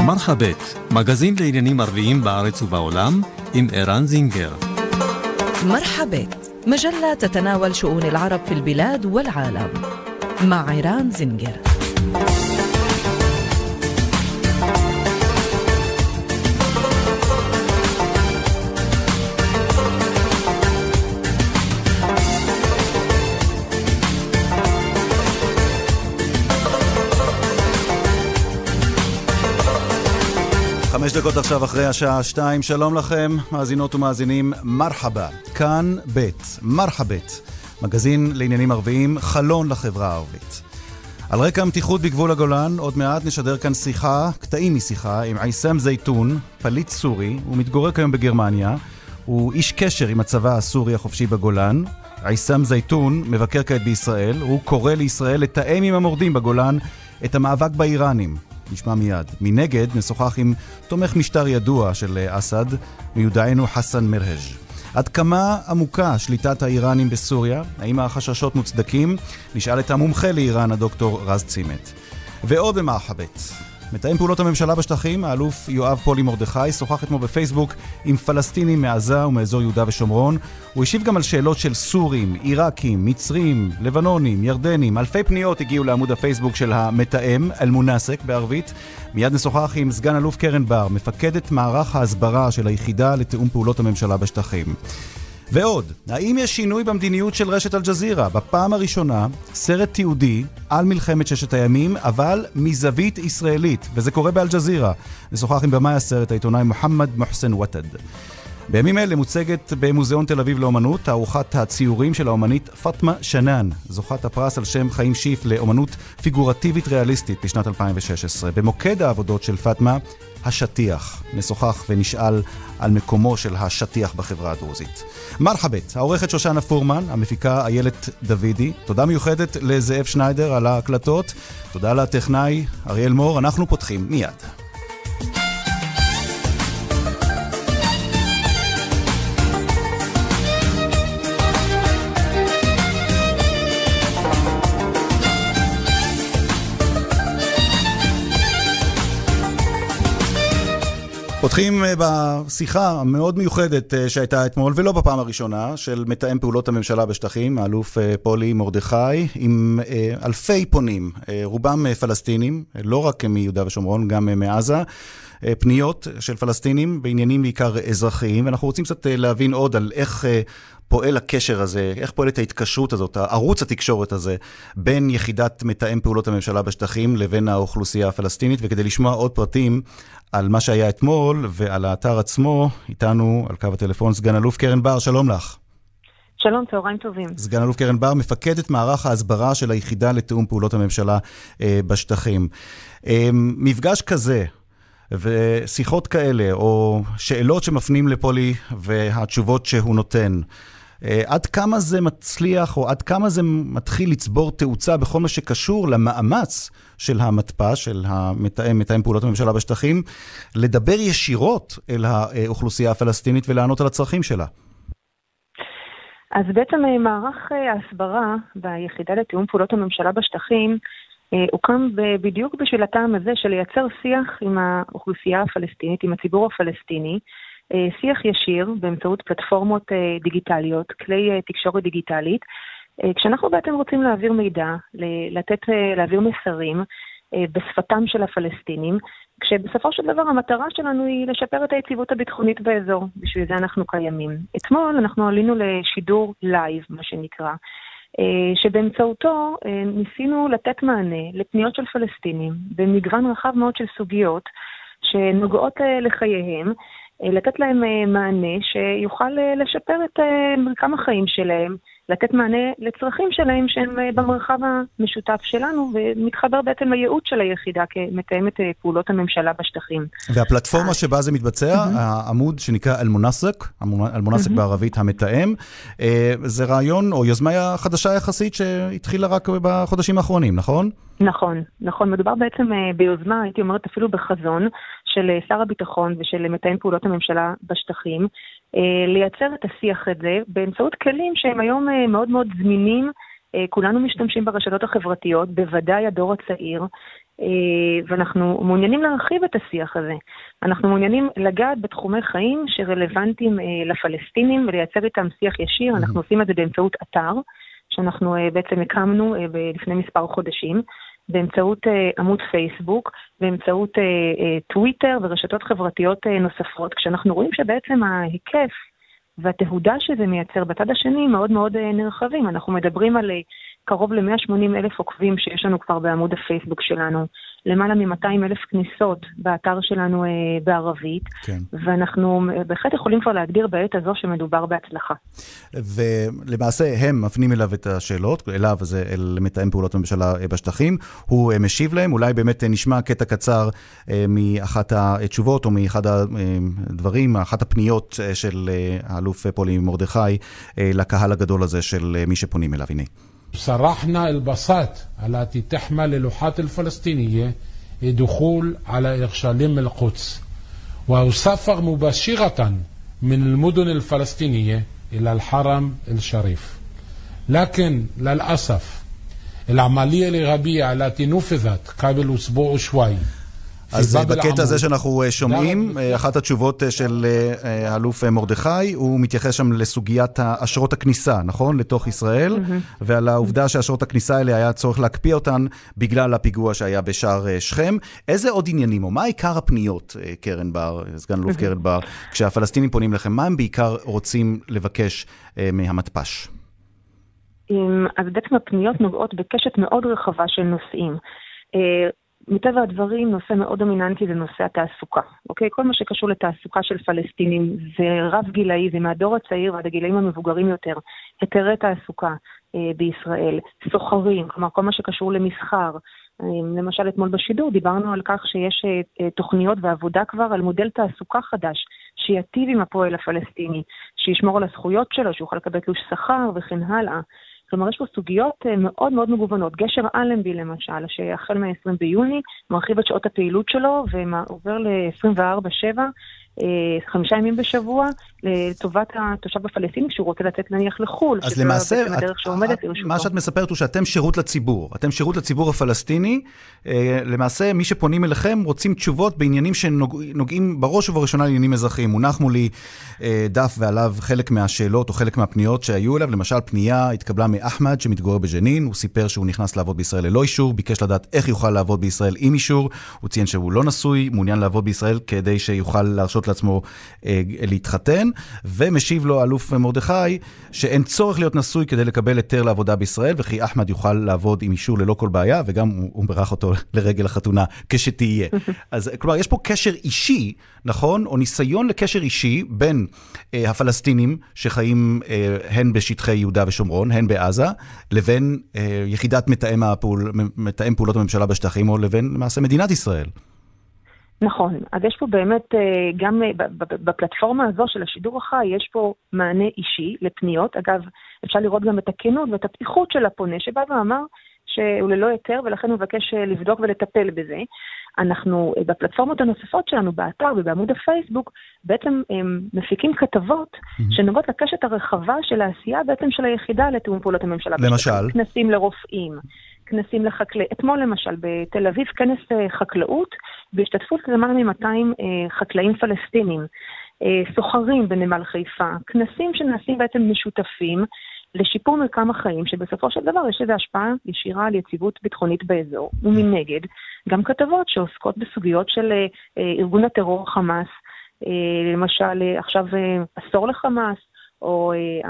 מרחבת, מגזין לעניינים ערביים בארץ ובעולם, עם ערן זינגר. مرحبت مجلة تتناول شؤون العرب في البلاد والعالم مع عران زنجر. חמש דקות עכשיו אחרי השעה 2, שלום לכם, מאזינות ומאזינים, מרחבה, כאן בית, מרחבת, מגזין לעניינים ערביים, חלון לחברה הערבית. על רקע המתיחות בגבול הגולן, עוד מעט נשדר כאן שיחה, קטעים משיחה, עם עיסאם זייתון, פליט סורי, הוא מתגורר כיום בגרמניה, הוא איש קשר עם הצבא הסורי החופשי בגולן. עיסאם זייתון מבקר כעת בישראל, הוא קורא לישראל לתאם עם המורדים בגולן את המאבק באיראנים. נשמע מיד. מנגד נשוחח עם תומך משטר ידוע של אסד, מיודענו חסן מרהג'. עד כמה עמוקה שליטת האיראנים בסוריה? האם החששות מוצדקים? נשאל את המומחה לאיראן, הדוקטור רז צימת. ועוד במרחבת. מתאם פעולות הממשלה בשטחים, האלוף יואב פולי מרדכי, שוחח אתמול בפייסבוק עם פלסטינים מעזה ומאזור יהודה ושומרון. הוא השיב גם על שאלות של סורים, עיראקים, מצרים, לבנונים, ירדנים. אלפי פניות הגיעו לעמוד הפייסבוק של המתאם, אל-מונסק בערבית. מיד נשוחח עם סגן אלוף קרן בר, מפקדת מערך ההסברה של היחידה לתאום פעולות הממשלה בשטחים. ועוד, האם יש שינוי במדיניות של רשת אל-ג'זירה? בפעם הראשונה, סרט תיעודי על מלחמת ששת הימים, אבל מזווית ישראלית, וזה קורה באל-ג'זירה. נשוחח עם במאי הסרט, העיתונאי מוחמד מוחסן וטד. בימים אלה מוצגת במוזיאון תל אביב לאומנות תערוכת הציורים של האומנית פאטמה שנאן, זוכת הפרס על שם חיים שיף לאומנות פיגורטיבית ריאליסטית בשנת 2016. במוקד העבודות של פאטמה, השטיח. נשוחח ונשאל על מקומו של השטיח בחברה הדרוזית. מרחבת, העורכת שושנה פורמן, המפיקה איילת דוידי. תודה מיוחדת לזאב שניידר על ההקלטות. תודה לטכנאי אריאל מור. אנחנו פותחים מיד. פותחים בשיחה המאוד מיוחדת שהייתה אתמול, ולא בפעם הראשונה, של מתאם פעולות הממשלה בשטחים, האלוף פולי מרדכי, עם אלפי פונים, רובם פלסטינים, לא רק מיהודה ושומרון, גם מעזה, פניות של פלסטינים בעניינים בעיקר אזרחיים, ואנחנו רוצים קצת להבין עוד על איך פועל הקשר הזה, איך פועלת ההתקשרות הזאת, ערוץ התקשורת הזה, בין יחידת מתאם פעולות הממשלה בשטחים לבין האוכלוסייה הפלסטינית, וכדי לשמוע עוד פרטים על מה שהיה אתמול ועל האתר עצמו, איתנו על קו הטלפון סגן אלוף קרן בר, שלום לך. שלום, צהריים טובים. סגן אלוף קרן בר, מפקדת מערך ההסברה של היחידה לתאום פעולות הממשלה בשטחים. מפגש כזה ושיחות כאלה, או שאלות שמפנים לפולי והתשובות שהוא נותן, עד כמה זה מצליח, או עד כמה זה מתחיל לצבור תאוצה בכל מה שקשור למאמץ של המתפ"ש, של מתאם פעולות הממשלה בשטחים, לדבר ישירות אל האוכלוסייה הפלסטינית ולענות על הצרכים שלה? אז בעצם מערך ההסברה ביחידה לתאום פעולות הממשלה בשטחים, הוקם בדיוק בשביל הטעם הזה של לייצר שיח עם האוכלוסייה הפלסטינית, עם הציבור הפלסטיני, שיח ישיר באמצעות פלטפורמות דיגיטליות, כלי תקשורת דיגיטלית, כשאנחנו בעצם רוצים להעביר מידע, להעביר מסרים בשפתם של הפלסטינים, כשבסופו של דבר המטרה שלנו היא לשפר את היציבות הביטחונית באזור, בשביל זה אנחנו קיימים. אתמול אנחנו עלינו לשידור לייב, מה שנקרא, שבאמצעותו ניסינו לתת מענה לפניות של פלסטינים, במגוון רחב מאוד של סוגיות שנוגעות לחייהם, לתת להם מענה שיוכל לשפר את מרקם החיים שלהם, לתת מענה לצרכים שלהם שהם במרחב המשותף שלנו, ומתחבר בעצם לייעוד של היחידה כמתאמת פעולות הממשלה בשטחים. והפלטפורמה שבה זה מתבצע, העמוד שנקרא אל-מונסק, אל-מונסק בערבית המתאם, זה רעיון או יוזמה חדשה יחסית שהתחילה רק בחודשים האחרונים, נכון? נכון, נכון. מדובר בעצם ביוזמה, הייתי אומרת אפילו בחזון, של שר הביטחון ושל מתאם פעולות הממשלה בשטחים, לייצר את השיח הזה באמצעות כלים שהם היום מאוד מאוד זמינים, כולנו משתמשים ברשתות החברתיות, בוודאי הדור הצעיר, ואנחנו מעוניינים להרחיב את השיח הזה. אנחנו מעוניינים לגעת בתחומי חיים שרלוונטיים לפלסטינים ולייצר איתם שיח ישיר. אנחנו עושים את זה באמצעות אתר, שאנחנו בעצם הקמנו לפני מספר חודשים, באמצעות עמוד פייסבוק, באמצעות טוויטר ורשתות חברתיות נוספות, כשאנחנו רואים שבעצם ההיקף והתהודה שזה מייצר בצד השני מאוד מאוד נרחבים. אנחנו מדברים על קרוב ל-180,000 עוקבים שיש לנו כבר בעמוד הפייסבוק שלנו, למעלה מ-200,000 כניסות באתר שלנו בערבית, כן. ואנחנו בהחלט יכולים כבר להגדיר בעת הזו שמדובר בהצלחה. ולמעשה הם מפנים אליו את השאלות, אליו זה אל מתאם פעולות הממשלה בשטחים, הוא משיב להם, אולי באמת נשמע קטע קצר מאחת התשובות או מאחד הדברים, אחת הפניות של האלוף פולי מרדכי לקהל הגדול הזה של מי שפונים אליו. הנה. صرحنا البساط التي تحمل اللوحات الفلسطينية دخول على إغشاليم القدس وسفر مباشرة من المدن الفلسطينية إلى الحرم الشريف. لكن للأسف العملية الإرهابية التي نفذت قبل أسبوع شوي אז בקטע הזה שאנחנו שומעים, אחת התשובות של האלוף מרדכי, הוא מתייחס שם לסוגיית אשרות הכניסה, נכון? לתוך ישראל, ועל העובדה שאשרות הכניסה האלה היה צורך להקפיא אותן בגלל הפיגוע שהיה בשער שכם. איזה עוד עניינים, או מה עיקר הפניות, קרן בר, סגן אלוף קרן בר, כשהפלסטינים פונים לכם, מה הם בעיקר רוצים לבקש מהמתפ"ש? אז בעצם הפניות נוגעות בקשת מאוד רחבה של נושאים. מטבע הדברים, נושא מאוד דומיננטי זה נושא התעסוקה. אוקיי? כל מה שקשור לתעסוקה של פלסטינים זה רב גילאי, זה מהדור הצעיר ועד הגילאים המבוגרים יותר. היתרי תעסוקה בישראל, סוחרים, כלומר כל מה שקשור למסחר. למשל אתמול בשידור דיברנו על כך שיש תוכניות ועבודה כבר על מודל תעסוקה חדש, שיטיב עם הפועל הפלסטיני, שישמור על הזכויות שלו, שיוכל לקבל תלוש שכר וכן הלאה. כלומר, יש פה סוגיות מאוד מאוד מגוונות. גשר אלנבי למשל, שהחל מ-20 ביוני, מרחיב את שעות הפעילות שלו, ועובר ל-24/7, 5 ימים בשבוע, לטובת התושב הפלסטיני, שהוא רוצה לצאת נניח לחול. אז למעשה, מה שאת מספרת הוא שאתם שירות לציבור. אתם שירות לציבור הפלסטיני. למעשה, מי שפונים אליכם רוצים תשובות בעניינים שנוגעים בראש ובראשונה לעניינים אזרחיים. מונח מולי דף ועליו חלק מהשאלות או חלק מהפניות שהיו אליו. למשל, פנייה התקבלה מאחמד שמתגורר בג'נין. הוא סיפר שהוא נכנס לעבוד בישראל ללא אישור, ביקש לדעת איך יוכל לעבוד בישראל עם אישור. הוא ציין שהוא לא נשוי, מעוניין לעבוד בישראל כדי שיוכל להרשות לעצמו להתחתן, ומשיב לו אלוף מרדכי שאין צורך להיות נשוי כדי לקבל היתר לעבודה בישראל, וכי אחמד יוכל לעבוד עם אישור ללא כל בעיה, וגם הוא ברך אותו לרגל החתונה כשתהיה. אז כלומר, יש פה קשר אישי, נכון? או ניסיון לקשר אישי בין הפלסטינים שחיים הן בשטחי יהודה ושומרון, הן בעזה, לבין יחידת מתאם פעולות הממשלה בשטחים, או לבין למעשה מדינת ישראל. נכון, אז יש פה באמת, גם בפלטפורמה הזו של השידור החי, יש פה מענה אישי לפניות. אגב, אפשר לראות גם את הכנות ואת הפתיחות של הפונה, שבא ואמר שהוא ללא היתר, ולכן הוא מבקש לבדוק ולטפל בזה. אנחנו בפלטפורמות הנוספות שלנו, באתר ובעמוד הפייסבוק, בעצם מפיקים כתבות שנוגעות לקשת הרחבה של העשייה בעצם של היחידה לתיאום פעולות הממשלה. למשל? כנסים לרופאים, כנסים לחקלאים. אתמול למשל בתל אביב כנס חקלאות, בהשתתפות למעלה מ-200 חקלאים פלסטינים, סוחרים בנמל חיפה, כנסים שנעשים בעצם משותפים לשיפור מרקם החיים, שבסופו של דבר יש איזו השפעה ישירה על יציבות ביטחונית באזור. ומנגד, גם כתבות שעוסקות בסוגיות של ארגון הטרור חמאס, למשל עכשיו עשור לחמאס, או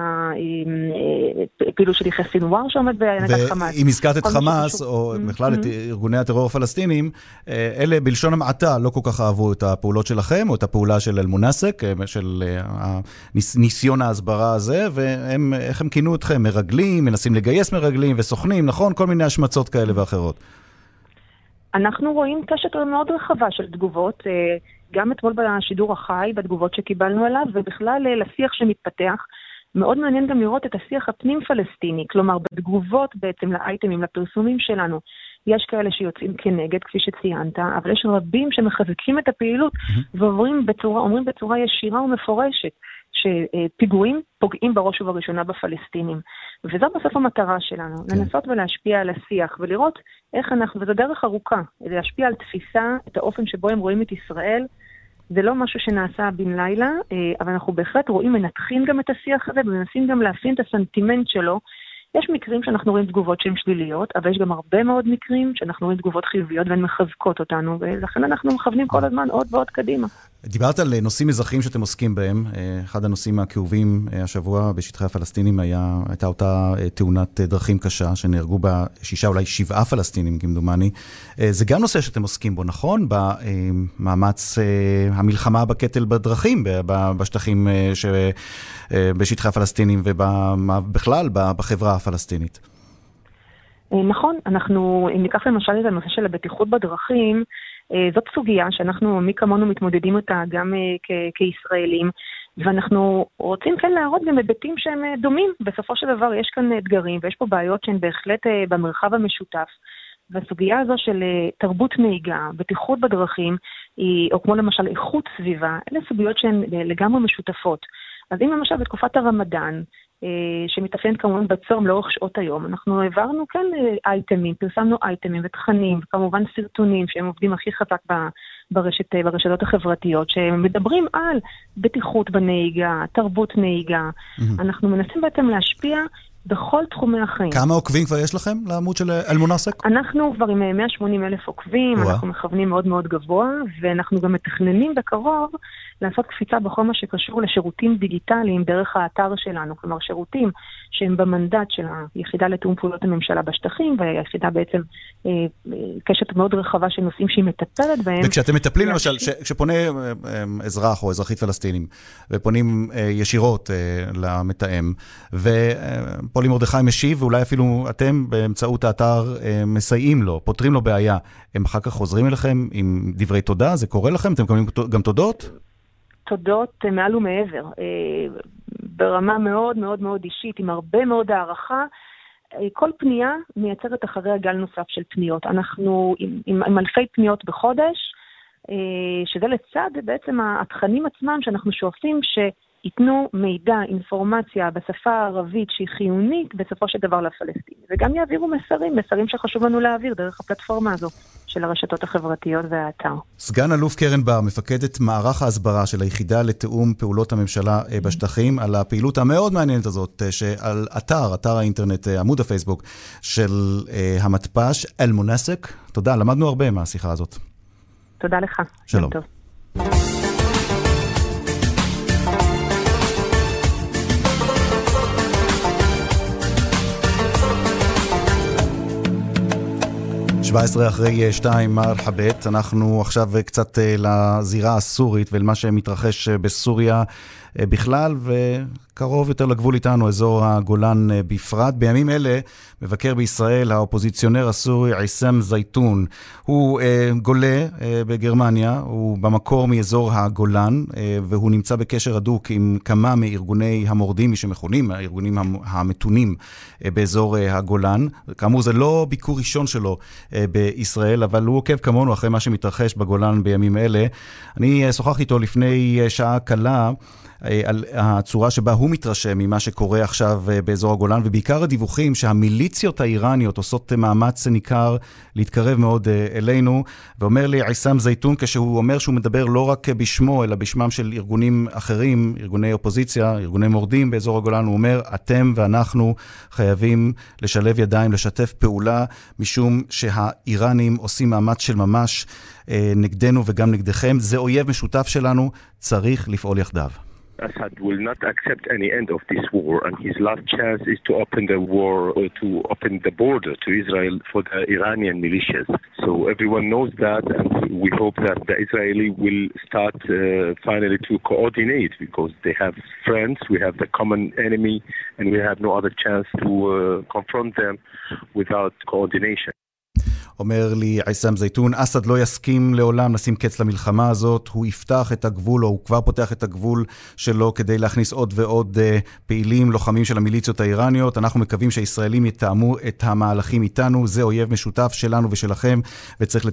פעילות של יחיא סינואר שעומד בהנהגת חמאס. ואם הזכרת את חמאס, או בכלל את ארגוני הטרור הפלסטינים, אלה בלשון המעטה לא כל כך אהבו את הפעולות שלכם, או את הפעולה של אל-מונסק, של ניסיון ההסברה הזה, ואיך הם כינו אתכם? מרגלים, מנסים לגייס מרגלים וסוכנים, נכון? כל מיני השמצות כאלה ואחרות. אנחנו רואים קשת מאוד רחבה של תגובות, גם אתמול בשידור החי, בתגובות שקיבלנו עליו, ובכלל לשיח שמתפתח. מאוד מעניין גם לראות את השיח הפנים פלסטיני, כלומר בתגובות בעצם לאייטמים, לפרסומים שלנו. יש כאלה שיוצאים כנגד, כפי שציינת, אבל יש רבים שמחזקים את הפעילות, ואומרים בצורה ישירה ומפורשת, שפיגועים פוגעים בראש ובראשונה בפלסטינים. וזו בסוף המטרה שלנו, לנסות ולהשפיע על השיח, ולראות איך אנחנו, וזו דרך ארוכה, להשפיע על תפיסה, את האופן שבו הם רואים את ישראל. זה לא משהו שנעשה בן לילה, אבל אנחנו בהחלט רואים, מנתחים גם את השיח הזה, ומנסים גם להפין את הסנטימנט שלו. יש מקרים שאנחנו רואים תגובות שהן שליליות, אבל יש גם הרבה מאוד מקרים שאנחנו רואים תגובות חיוביות והן מחזקות אותנו, ולכן אנחנו מכוונים כל הזמן עוד ועוד קדימה. דיברת על נושאים אזרחיים שאתם עוסקים בהם. אחד הנושאים הכאובים השבוע בשטחי הפלסטינים הייתה אותה תאונת דרכים קשה, שנהרגו בה 6 אולי 7 פלסטינים, כמדומני. זה גם נושא שאתם עוסקים בו, נכון? במאמץ המלחמה בקטל בדרכים, בשטחים בשטחי הפלסטינים ובכלל בחברה הפלסטינית. נכון, אנחנו, אם ניקח למשל את הנושא של הבטיחות בדרכים, זאת סוגיה שאנחנו מי כמונו מתמודדים אותה גם כישראלים, ואנחנו רוצים כן להראות גם היבטים שהם דומים. בסופו של דבר יש כאן אתגרים ויש פה בעיות שהן בהחלט במרחב המשותף. והסוגיה הזו של תרבות נהיגה, בטיחות בדרכים, או כמו למשל איכות סביבה, אלה סוגיות שהן לגמרי משותפות. אז אם למשל בתקופת הרמדאן, שמתאפיין כמובן בצום לאורך שעות היום, אנחנו העברנו כן אייטמים, פרסמנו אייטמים ותכנים, וכמובן סרטונים שהם עובדים הכי חזק ברשתות החברתיות, שמדברים על בטיחות בנהיגה, תרבות נהיגה. אנחנו מנסים בעצם להשפיע בכל תחומי החיים. כמה עוקבים כבר יש לכם לעמוד של אל-מונסק? אנחנו כבר עם 180,000 עוקבים, אנחנו מכוונים מאוד מאוד גבוה, ואנחנו גם מתכננים בקרוב לעשות קפיצה בכל מה שקשור לשירותים דיגיטליים דרך האתר שלנו, כלומר שירותים שהם במנדט של היחידה לתיאום פעולות הממשלה בשטחים, והיחידה בעצם קשת מאוד רחבה של נושאים שהיא מטפלת בהם. וכשאתם מטפלים למשל, כשפונה אזרח או אזרחית פלסטינים, ופונים ישירות למתאם, פולי מרדכי משיב, ואולי אפילו אתם באמצעות האתר מסייעים לו, פותרים לו בעיה, הם אחר כך חוזרים אליכם עם דברי תודה? זה קורה לכם? אתם מקבלים גם תודות? תודות מעל ומעבר, ברמה מאוד מאוד מאוד אישית, עם הרבה מאוד הערכה. כל פנייה מייצרת אחריה גל נוסף של פניות. אנחנו עם אלפי פניות בחודש, שזה לצד בעצם התכנים עצמם שאנחנו שואפים ייתנו מידע, אינפורמציה בשפה הערבית שהיא חיונית בסופו של דבר לפלסטין. וגם יעבירו מסרים שחשוב לנו להעביר דרך הפלטפורמה הזו של הרשתות החברתיות והאתר. סגן אלוף קרן בר, מפקדת מערך ההסברה של היחידה לתיאום פעולות הממשלה בשטחים, על הפעילות המאוד מעניינת הזאת, שעל אתר האינטרנט, עמוד הפייסבוק של המתפ"ש, אל-מונסק. תודה, למדנו הרבה מהשיחה הזאת. תודה לך. שלום. טוב. 17 אחרי 2, מרחבת. אנחנו עכשיו קצת לזירה הסורית ולמה שמתרחש בסוריה בכלל, וקרוב יותר לגבול איתנו, אזור הגולן בפרט. בימים אלה מבקר בישראל האופוזיציונר הסורי עיסאם זייתון. הוא גולה בגרמניה, הוא במקור מאזור הגולן, והוא נמצא בקשר הדוק עם כמה מארגוני המורדים, מי שמכונים, הארגונים המתונים באזור הגולן. כאמור, זה לא ביקור ראשון שלו בישראל, אבל הוא עוקב כמונו אחרי מה שמתרחש בגולן בימים אלה. אני שוחחתי איתו לפני שעה קלה על הצורה שבה הוא מתרשם ממה שקורה עכשיו באזור הגולן, ובעיקר הדיווחים שהמיליציות האיראניות עושות מאמץ ניכר להתקרב מאוד אלינו. ואומר לי עיסאם זייתון, כשהוא אומר שהוא מדבר לא רק בשמו, אלא בשמם של ארגונים אחרים, ארגוני אופוזיציה, ארגוני מורדים באזור הגולן, הוא אומר, אתם ואנחנו חייבים לשלב ידיים, לשתף פעולה, משום שהאיראנים עושים מאמץ של ממש נגדנו וגם נגדכם. זה אויב משותף שלנו, צריך לפעול יחדיו. Assad will not accept any end of this war, and his last chance is to open the war or to open the border to Israel for the Iranian militias. So everyone knows that, and we hope that the Israeli will start finally to coordinate, because they have friends, we have the common enemy, and we have no other chance to confront them without coordination. אומר לי עיסאם זייתון, אסד לא יסכים לעולם לשים קץ למלחמה הזאת, הוא יפתח את הגבול, או הוא כבר פותח את הגבול שלו כדי להכניס עוד ועוד פעילים, לוחמים של המיליציות האיראניות. אנחנו מקווים שהישראלים יתאמו את המהלכים איתנו, זה אויב משותף שלנו ושלכם, וצריך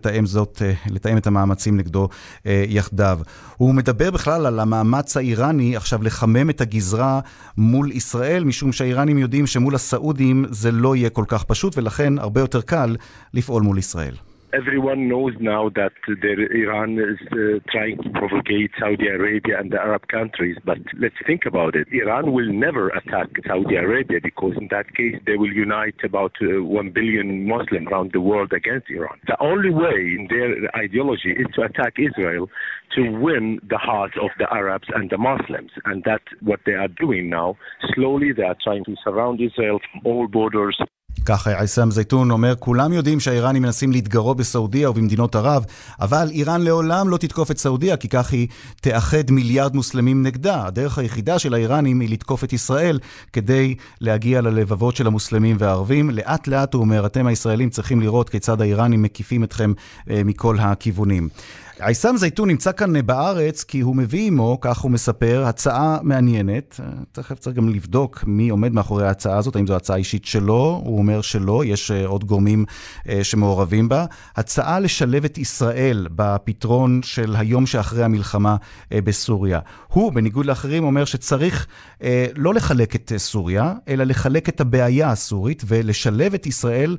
לתאם את המאמצים נגדו יחדיו. הוא מדבר בכלל על המאמץ האיראני עכשיו לחמם את הגזרה מול ישראל, משום שהאיראנים יודעים שמול הסעודים זה לא יהיה כל כך פשוט, ולכן הרבה יותר קל לפעול מול ישראל. Everyone knows now that Iran is trying to provocate Saudi Arabia and the Arab countries, but let's think about it. Iran will never attack Saudi Arabia because in that case they will unite about 1 billion Muslims around the world against Iran. The only way in their ideology is to attack Israel to win the hearts of the Arabs and the Muslims, and that's what they are doing now. Slowly they are trying to surround Israel from all borders. ככה עיסאם זייתון אומר, כולם יודעים שהאיראנים מנסים להתגרות בסעודיה ובמדינות ערב, אבל איראן לעולם לא תתקוף את סעודיה, כי כך היא תאחד מיליארד מוסלמים נגדה. הדרך היחידה של האיראנים היא לתקוף את ישראל, כדי להגיע ללבבות של המוסלמים והערבים. לאט לאט, הוא אומר, אתם הישראלים צריכים לראות כיצד האיראנים מקיפים אתכם מכל הכיוונים. עיסאם זייתון נמצא כאן בארץ כי הוא מביא עמו, כך הוא מספר, הצעה מעניינת. תכף צריך גם לבדוק מי עומד מאחורי ההצעה הזאת, האם זו הצעה אישית שלו. הוא אומר שלא, יש עוד גורמים שמעורבים בה. הצעה לשלב את ישראל בפתרון של היום שאחרי המלחמה בסוריה. הוא, בניגוד לאחרים, אומר שצריך לא לחלק את סוריה, אלא לחלק את הבעיה הסורית, ולשלב את ישראל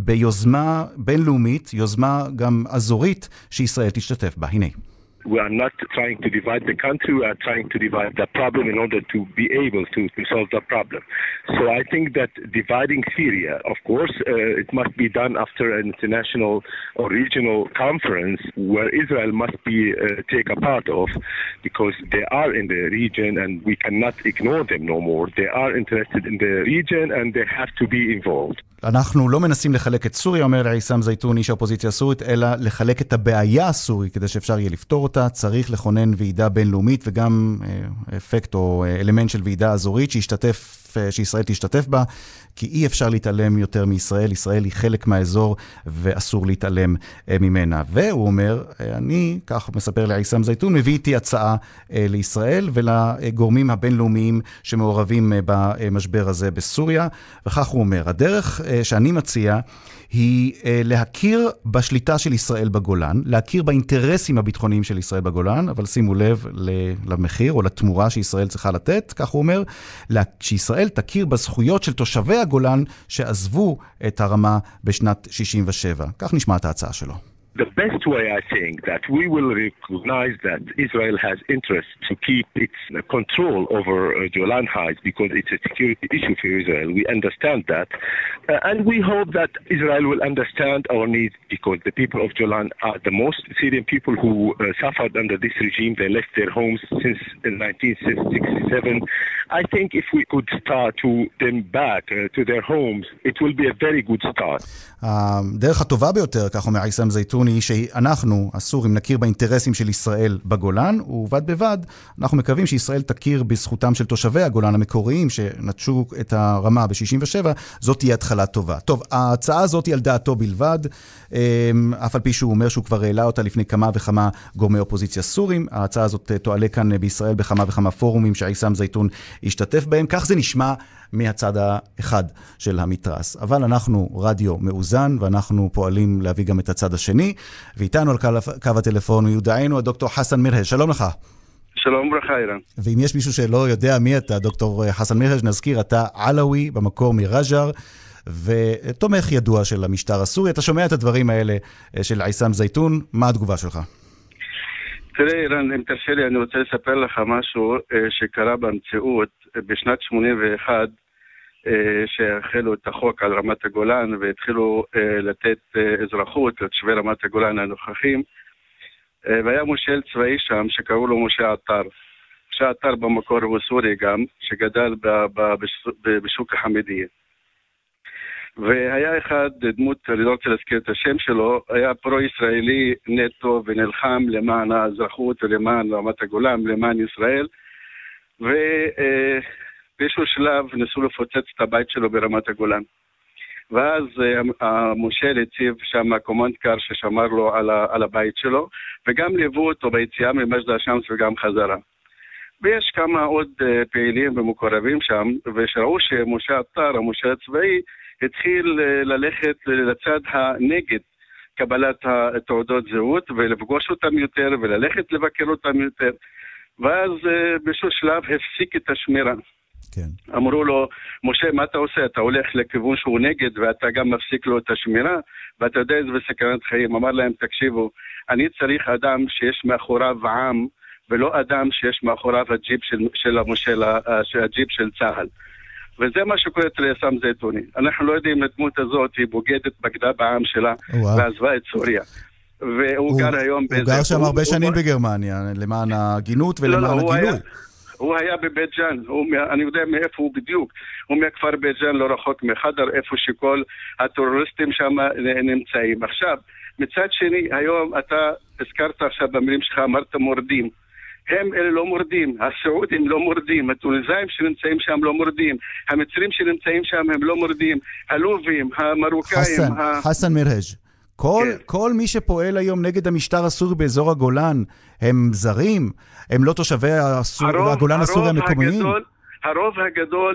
ביוזמה בינלאומית, יוזמה גם אזורית, שישראל תשתתף בה. הנה. We are not trying to divide the country, we are trying to divide the problem in order to be able to solve the problem. So I think that dividing Syria, of course, it must be done after an international or regional conference where Israel must be take a part of, because they are in the region and we cannot ignore them no more. They are interested in the region and they have to be involved. אנחנו לא מנסים לחלק את סוריה, אומר עיסאם זייתון, איש האופוזיציה הסורית, אלא לחלק את הבעיה הסורית, כדי שאפשר יהיה לפתור אותה. צריך לכונן ועידה בינלאומית, וגם אפקט או אלמנט של ועידה אזורית שישראל תשתתף בה, כי אי אפשר להתעלם יותר מישראל. ישראל היא חלק מהאזור, ואסור להתעלם ממנה. והוא אומר, אני, כך מספר לעיסאם זייתון, מביא איתי הצעה לישראל ולגורמים הבינלאומיים שמעורבים במשבר הזה בסוריה. וכך הוא אומר, הדרך שאני מציע היא להכיר בשליטה של ישראל בגולן, להכיר באינטרסים הביטחוניים של ישראל בגולן, אבל שימו לב למחיר או לתמורה שישראל צריכה לתת. כך הוא אומר, שישראל תכיר בזכויות של תושבי הגולן שעזבו את הרמה בשנת 67. כך נשמע את ההצעה שלו. The best way, I think, that we will recognize that Israel has interest to keep its control over Golan Heights because it's a security issue for Israel. We understand that. And we hope that Israel will understand our needs because the people of Golan are the most Syrian people who suffered under this regime. They left their homes since 1967. I think if we could start to them back to their homes, it will be a very good start. הדרך הטובה ביותר, כך אומר עיסאם זייתון, היא שאנחנו, הסורים, נכיר באינטרסים של ישראל בגולן, ובד בבד אנחנו מקווים שישראל תכיר בזכותם של תושבי הגולן המקוריים שנטשו את הרמה ב-67. זאת תהיה התחלה טובה. טוב, ההצעה הזאת היא על דעתו בלבד, אף על פי שהוא אומר שהוא כבר העלה אותה לפני כמה וכמה גורמי אופוזיציה סורים. ההצעה הזאת תועלה כאן בישראל בכמה וכמה פורומים שעיסאם זייתון ישתתף בהם. כך זה נשמע מהצד האחד של המתרס. אבל אנחנו רדיו מאוזן, ואנחנו פועלים להביא גם את הצד השני, ואיתנו על קו הטלפון מיודענו הדוקטור חסן מירהש. שלום לך. שלום ברכה אירן. ואם יש מישהו שלא יודע מי אתה, דוקטור חסן מירהש, נזכיר, אתה עלאווי במקור מרג'ר, ותומך ידוע של המשטר הסורי. אתה שומע את הדברים האלה של עיסאם זייתון, מה התגובה שלך? תראה אירן, אם תרשה לי, אני רוצה לספר לך משהו שקרה במציאות בשנת 81, שהחלו את החוק על רמת הגולן והתחילו לתת אזרחות לתושבי רמת הגולן הנוכחים, והיה מושל צבאי שם שקראו לו משה עטר. משה עטר במקור הוא סורי גם, שגדל בשוק החמדיה. והיה אחד, דמות, אני לא רוצה להזכיר את השם שלו, היה פרו-ישראלי נטו ונלחם למען האזרחות ולמען רמת הגולן, למען ישראל, ובאיזשהו שלב ניסו לפוצץ את הבית שלו ברמת הגולן. ואז המושל הציב שם קומנדקר ששמר לו על הבית שלו, וגם ליוו אותו ביציאה ממג'דל שמס וגם חזרה. ויש כמה עוד פעילים ומקורבים שם, ושראו שמשה עטר, המושל הצבאי, התחיל ללכת לצד הנגד קבלת התעודות זהות, ולפגוש אותם יותר, וללכת לבקר אותם יותר. ואז בשביל שלב הפסיק את השמירה. כן. אמרו לו, משה, מה אתה עושה? אתה הולך לכיוון שהוא נגד, ואתה גם מפסיק לו את השמירה, ואתה יודע איזה בסכנת חיים. אמר להם, תקשיבו, אני צריך אדם שיש מאחוריו עם, ולא אדם שיש מאחוריו הג'יפ של המושל, הג'יפ של צהל. וזה מה שקורה אצל יסאם זיתוני. אנחנו לא יודעים, הדמות הזאת היא בוגדת, בגדה בעם שלה, ועזבה את סוריה. והוא גר היום הוא גר שם הרבה שנים בגרמניה, למען הגינות ולמען הגילוי. הוא היה בבית ג'אן, אני יודע מאיפה הוא בדיוק. הוא מהכפר בית ג'אן, לא רחוק מחדר, איפה שכל הטרוריסטים שם נמצאים. עכשיו, מצד שני, היום אתה הזכרת עכשיו במילים שלך, אמרת מורדים. הם אלה לא מורדים, הסעודים לא מורדים, הטוניסאים שנמצאים שם לא מורדים, המצרים שנמצאים שם הם לא מורדים, הלובים, המרוקאים... חסן מירהג', כל מי שפועל היום נגד המשטר הסורי באזור הגולן, הם זרים? הם לא תושבי הגולן הסורי המקומיים? הרוב הגדול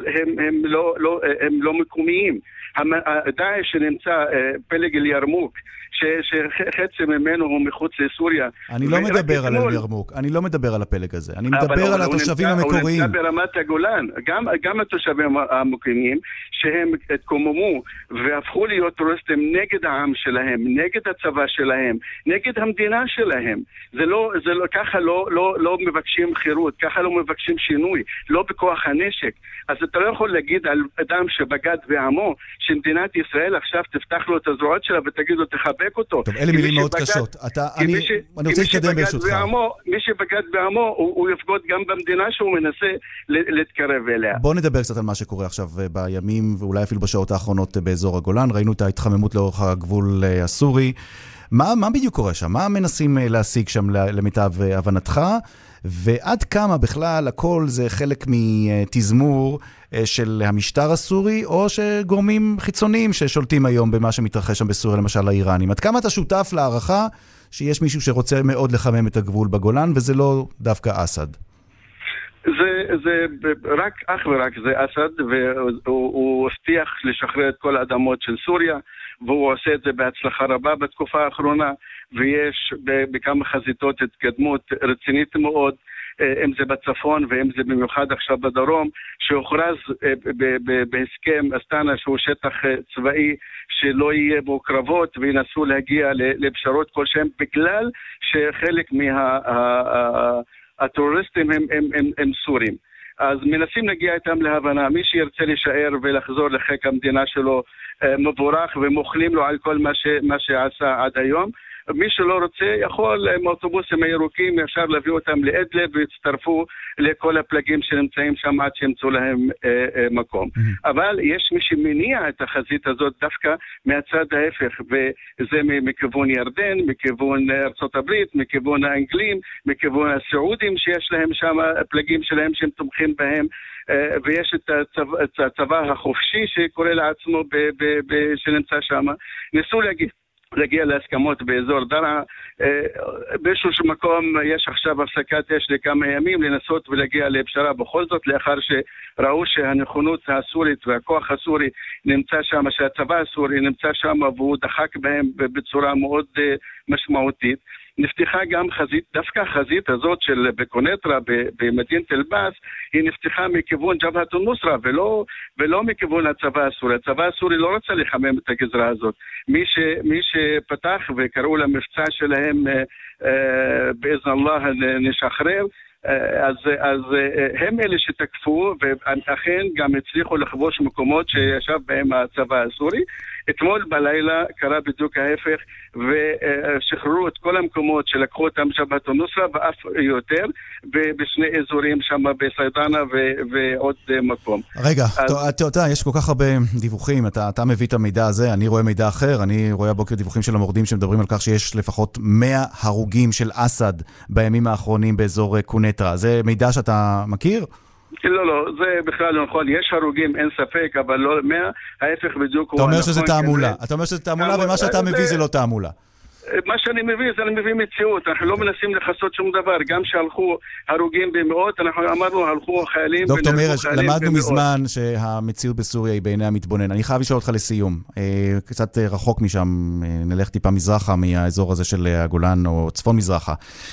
הם לא מקומיים. דאעש שנמצא פלג אל-ירמוק, שחצי ממנו הוא מחוץ לסוריה. אני לא מדבר על אל-ירמוק, אני לא מדבר על הפלג הזה, אני מדבר על התושבים המקוריים. הוא נמצא ברמת הגולן, גם התושבים המקומיים שהם התקוממו והפכו להיות טרוריסטים נגד העם שלהם, נגד הצבא שלהם, נגד המדינה שלהם. זה לא ככה לא מבקשים חירות, ככה לא מבקשים שינוי, לא בכוח הנשק. אז אתה לא יכול להגיד על אדם שבגד בעמו, שמדינת ישראל עכשיו תפתח לו את הזרועות שלה ותגיד לו תחבק אותו. טוב, אלה מילים מאוד קשות. אני רוצה להתקדם ברשותך. מי שבגד בעמו, הוא יפגוד גם במדינה שהוא מנסה להתקרב אליה. בוא נדבר קצת על מה שקורה עכשיו בימים, ואולי אפילו בשעות האחרונות באזור הגולן. ראינו את ההתחממות לאורך הגבול הסורי. מה בדיוק קורה שם? מה מנסים להשיג שם למיטב הבנתך? ועד כמה בכלל הכל זה חלק מתזמור של המשטר הסורי, או שגורמים חיצוניים ששולטים היום במה שמתרחש שם בסוריה, למשל האיראנים? עד כמה אתה שותף להערכה שיש מישהו שרוצה מאוד לחמם את הגבול בגולן, וזה לא דווקא אסד? זה אך ורק זה אסד, והוא הבטיח לשחרר את כל האדמות של סוריה, והוא עושה את זה בהצלחה רבה בתקופה האחרונה, ויש בכמה חזיתות התקדמות רצינית מאוד, אם זה בצפון ואם זה במיוחד עכשיו בדרום, שהוכרז בהסכם אסטנה שהוא שטח צבאי שלא יהיה בו קרבות, וינסו להגיע לפשרות כלשהם, בגלל שחלק מהטרוריסטים הם סורים. אז מנסים להגיע איתם להבנה, מי שירצה להישאר ולחזור לחיק המדינה שלו מבורך, ומוכלים לו על כל מה שעשה עד היום. מי שלא רוצה יכול עם האוטובוסים הירוקים אפשר להביא אותם לאדלב ויצטרפו לכל הפלגים שנמצאים שם עד שימצאו להם מקום. אבל יש מי שמניע את החזית הזאת דווקא מהצד ההפך, וזה מכיוון ירדן, מכיוון ארצות הברית, מכיוון האנגלים, מכיוון הסעודים שיש להם שם פלגים שלהם שהם תומכים בהם, ויש את הצבא החופשי שקורא לעצמו שנמצא שם. ניסו להגיע להסכמות באזור דרה, באיזשהו מקום יש עכשיו הפסקת אש לכמה ימים לנסות ולהגיע לפשרה בכל זאת, לאחר שראו שהנכונות הסורית והכוח הסורי נמצא שם, שהצבא הסורי נמצא שם והוא דחק בהם בצורה מאוד משמעותית. נפתחה גם חזית, דווקא החזית הזאת של בקונטרה במדינת אל-באס, היא נפתחה מכיוון ג'בהת אל-נוסרה ולא מכיוון הצבא הסורי. הצבא הסורי לא רצה לחמם את הגזרה הזאת. מי שפתח וקראו למבצע שלהם באזן אללה נשחרר, אז הם אלה שתקפו, ואכן גם הצליחו לכבוש מקומות שישב בהם הצבא הסורי. אתמול בלילה קרה בדיוק ההפך, ושחררו את כל המקומות שלקחו אותם ג'בהת אל-נוסרה, ואף יותר בשני אזורים שם בסיידנה ועוד מקום. רגע, אתה יודע, יש כל כך הרבה דיווחים, אתה מביא את המידע הזה, אני רואה מידע אחר, אני רואה הבוקר דיווחים של המורדים שמדברים על כך שיש לפחות 100 הרוגים של אסד בימים האחרונים באזור קונטרה. זה מידע שאתה מכיר? לא, זה בכלל לא נכון. יש הרוגים, אין ספק, אבל לא, ההפך בדיוק הוא... אתה אומר שזה תעמולה. אתה אומר שזה תעמולה, ומה שאתה מביא זה לא תעמולה. מה שאני מביא, זה אני מביא מציאות. אנחנו לא מנסים לחסות שום דבר. גם שהלכו הרוגים במאות, אנחנו אמרנו, הלכו חיילים... דוקטור מירש, למדנו מזמן שהמציאות בסוריה היא בעיני המתבונן. אני חייב לשאול אותך לסיום. קצת רחוק משם, נלך טיפה מזרחה מהאזור הזה של הגולן, או צפון מזרחה.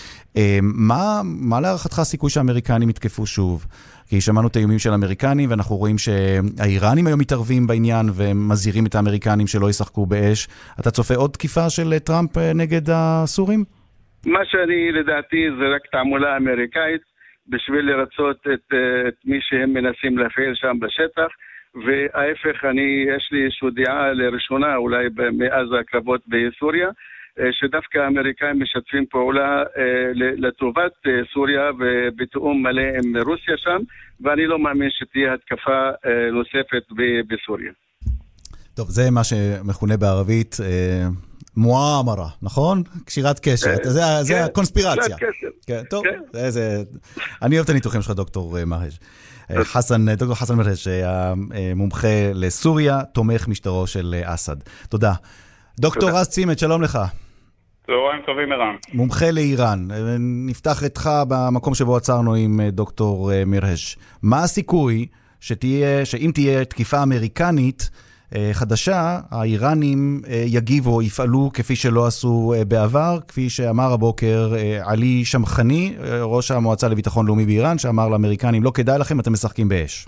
מה להערכתך הסיכוי שהאמריקנים יתקפו שוב? כי שמענו את האיומים של האמריקנים, ואנחנו רואים שהאיראנים היום מתערבים בעניין, ומזהירים את האמריקנים שלא ישחקו באש. אתה צופה עוד תקיפה של טראמפ נגד הסורים? מה שאני לדעתי זה רק תעמולה אמריקאית, בשביל לרצות את מי שהם מנסים להפעיל שם בשטח, וההפך, יש לי איזושהי דעה לראשונה, אולי מאז הקרבות בסוריה, שדווקא האמריקאים משתפים פעולה לטובת סוריה ובתאום מלא עם רוסיה שם, ואני לא מאמין שתהיה התקפה נוספת בסוריה. טוב, זה מה שמכונה בערבית מואמרה, נכון? קשירת קשר. זה הקונספירציה. טוב, אני אוהב את הניתוחים שלך, דוקטור מרהש. דוקטור חסן מרהש, המומחה לסוריה, תומך משטרו של אסד. תודה. דוקטור רז צימת, שלום לך. צהריים טובים, ערן. מומחה לאיראן. נפתח איתך במקום שבו עצרנו עם דוקטור מירהש. מה הסיכוי שאם תהיה תקיפה אמריקנית חדשה, האיראנים יגיבו או יפעלו כפי שלא עשו בעבר, כפי שאמר הבוקר עלי שמחני, ראש המועצה לביטחון לאומי באיראן, שאמר לאמריקנים, לא כדאי לכם, אתם משחקים באש.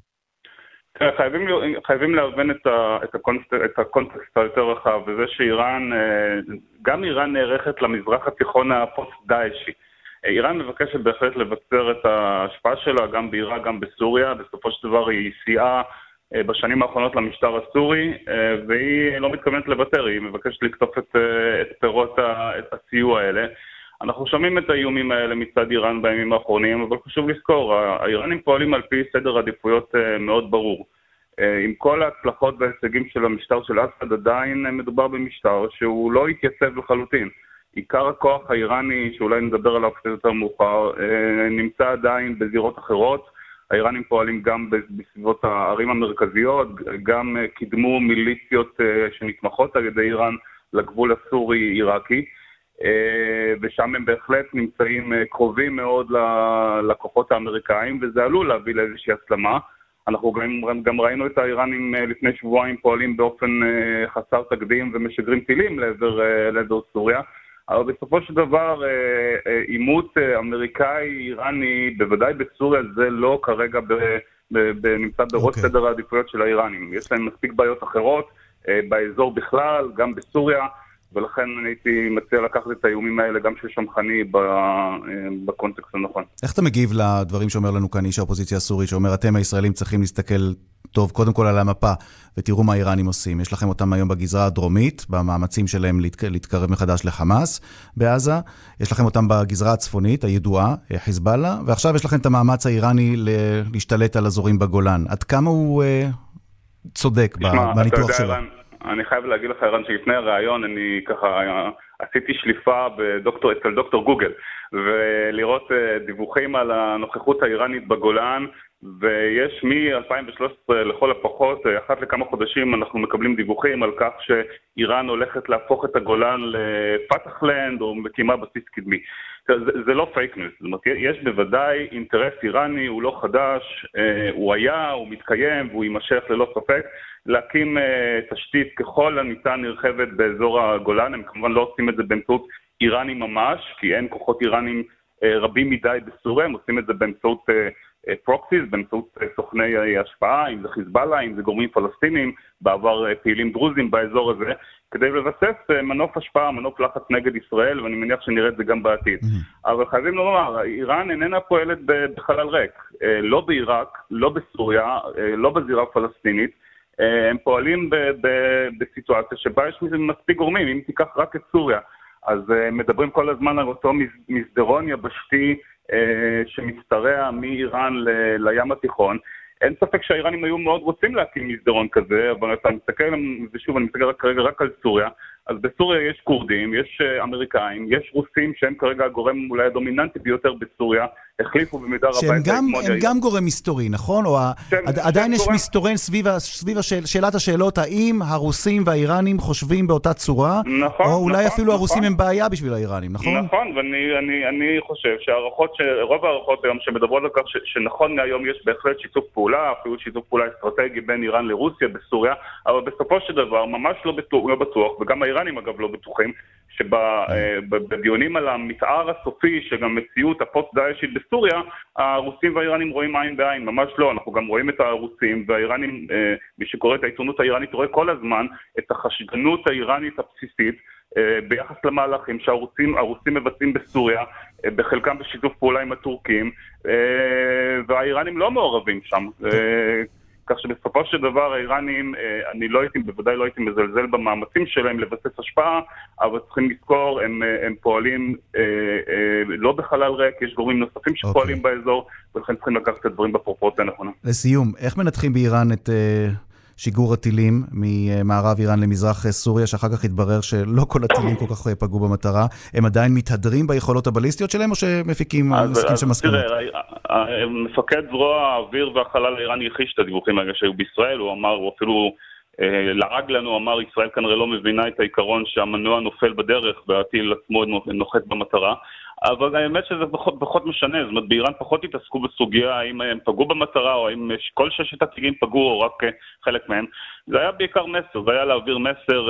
חייבים להבין את הקונטקסט היותר רחב, וזה שאיראן, גם איראן נערכת למזרח התיכון הפוסט-דאעשי. איראן מבקשת בהחלט לבצר את ההשפעה שלה, גם בעיראק, גם בסוריה. בסופו של דבר היא סייעה בשנים האחרונות למשטר הסורי, והיא לא מתכוונת לוותר, היא מבקשת לקטוף את פירות הסיוע האלה. אנחנו שומעים את האיומים האלה מצד איראן בימים האחרונים, אבל חשוב לזכור, האיראנים פועלים על פי סדר עדיפויות מאוד ברור. עם כל ההצלחות וההישגים של המשטר של אסד, עדיין מדובר במשטר שהוא לא התייצב לחלוטין. עיקר הכוח האיראני, שאולי נדבר עליו קצת יותר מאוחר, נמצא עדיין בזירות אחרות. האיראנים פועלים גם בסביבות הערים המרכזיות, גם קידמו מיליציות שנתמכות על ידי איראן לגבול הסורי-עיראקי. ושם הם בהחלט נמצאים קרובים מאוד לכוחות האמריקאים, וזה עלול להביא לאיזושהי הסלמה. אנחנו גם ראינו את האיראנים לפני שבועיים פועלים באופן חסר תקדים ומשגרים טילים לעבר סוריה, אבל בסופו של דבר עימות אמריקאי-איראני, בוודאי בסוריה, זה לא כרגע נמצא בראש סדר העדיפויות של האיראנים. יש להם מספיק בעיות אחרות באזור בכלל, גם בסוריה, ולכן אני הייתי מציע לקחת את האיומים האלה גם של שמחני בקונטקסט הנכון. איך אתה מגיב לדברים שאומר לנו כאן איש האופוזיציה הסורית, שאומר אתם הישראלים צריכים להסתכל טוב קודם כל על המפה ותראו מה האיראנים עושים. יש לכם אותם היום בגזרה הדרומית, במאמצים שלהם להתקרב מחדש לחמאס בעזה, יש לכם אותם בגזרה הצפונית הידועה, חיזבאללה, ועכשיו יש לכם את המאמץ האיראני להשתלט על אזורים בגולן. עד כמה הוא צודק בניתוח שלו? אני חייב להגיד לך, ערן, שלפני הרעיון אני ככה עשיתי שליפה אצל דוקטור גוגל, ולראות דיווחים על הנוכחות האיראנית בגולן, ויש מ-2013 לכל הפחות, אחת לכמה חודשים אנחנו מקבלים דיווחים על כך שאיראן הולכת להפוך את הגולן לפתחלנד או מקימה בסיס קדמי. זה לא פייק ניוז, זאת אומרת, יש בוודאי אינטרס איראני, הוא לא חדש, הוא היה, הוא מתקיים והוא יימשך ללא ספק, להקים תשתית ככל הניתן נרחבת באזור הגולן. הם כמובן לא עושים את זה באמצעות איראני ממש, כי אין כוחות איראנים רבים מדי בסוריה, הם עושים את זה באמצעות פרוקסיס, באמצעות סוכני השפעה, אם זה חיזבאללה, אם זה גורמים פלסטינים, בעבר פעילים דרוזים באזור הזה, כדי לבסס מנוף השפעה, מנוף לחץ נגד ישראל, ואני מניח שנראה את זה גם בעתיד. אבל חייבים לומר, איראן איננה פועלת בחלל ריק, לא בעיראק, לא בסוריה, לא בזירה הפלסטינית, הם פועלים בסיטואציה שבה יש מספיק גורמים. אם תיקח רק את סוריה, אז מדברים כל הזמן על אותו מסדרון יבשתי שמצטרע מאיראן לים התיכון. אין ספק שהאיראנים היו מאוד רוצים להקים מסדרון כזה, אבל אתה מסתכל, ושוב אני מסתכל כרגע רק על סוריה, אז בסוריה יש קורדים, יש אמריקאים, יש רוסים שהם כרגע הגורם אולי הדומיננטי ביותר בסוריה, החליפו במידה רבה את ההגמוניה. שהם גם גורם היסטורי, נכון? או עדיין יש מסתורן סביב שאלת השאלות, האם הרוסים והאיראנים חושבים באותה צורה, או אולי אפילו הרוסים הם בעיה בשביל האיראנים, נכון? נכון, ואני חושב רוב הערכות היום שמדברות על כך שנכון מהיום יש בהחלט שיתוף פעולה, אפילו שיתוף פעולה אסטרטגי בין איראן לרוסיה בסוריה, אבל בסופו של דבר ממש לא בטוח, וגם האיראנים אגב לא בטוחים, שבדיונים על המתאר הסופי שגם מציאות הפוסט-דאעשית בסוריה, הרוסים והאיראנים רואים עין בעין, ממש לא, אנחנו גם רואים את הרוסים והאיראנים, מי שקורא את העיתונות האיראנית רואה כל הזמן את החשדנות האיראנית הבסיסית ביחס למהלכים שהרוסים מבצעים בסוריה, בחלקם בשיתוף פעולה עם הטורקים, והאיראנים לא מעורבים שם. כך שבסופו של דבר האיראנים, בוודאי לא הייתי מזלזל במאמצים שלהם לבסס השפעה, אבל צריכים לזכור, הם פועלים לא בחלל ריק, יש גורמים נוספים שפועלים באזור, ולכן צריכים לקחת את הדברים בפרופורציה הנכונה. לסיום, איך מנתחים באיראן את שיגור הטילים ממערב איראן למזרח סוריה, שאחר כך התברר שלא כל הטילים כל כך פגעו במטרה? הם עדיין מתהדרים ביכולות הבליסטיות שלהם, או שמפיקים מסכים שמסכנות? תראה, מפקד זרוע האוויר והחלל האיראני הכחיש את הדיווחים האלה שהיו בישראל, הוא אפילו לעג לנו, הוא אמר, ישראל כנראה לא מבינה את העיקרון שהמנוע נופל בדרך והטיל עצמו נוחת במטרה, אבל האמת שזה פחות משנה, זאת אומרת, באיראן פחות התעסקו בסוגיה האם הם פגעו במטרה, או האם כל 6 הטילים פגעו, או רק חלק מהם. זה היה בעיקר מסר, זה היה להעביר מסר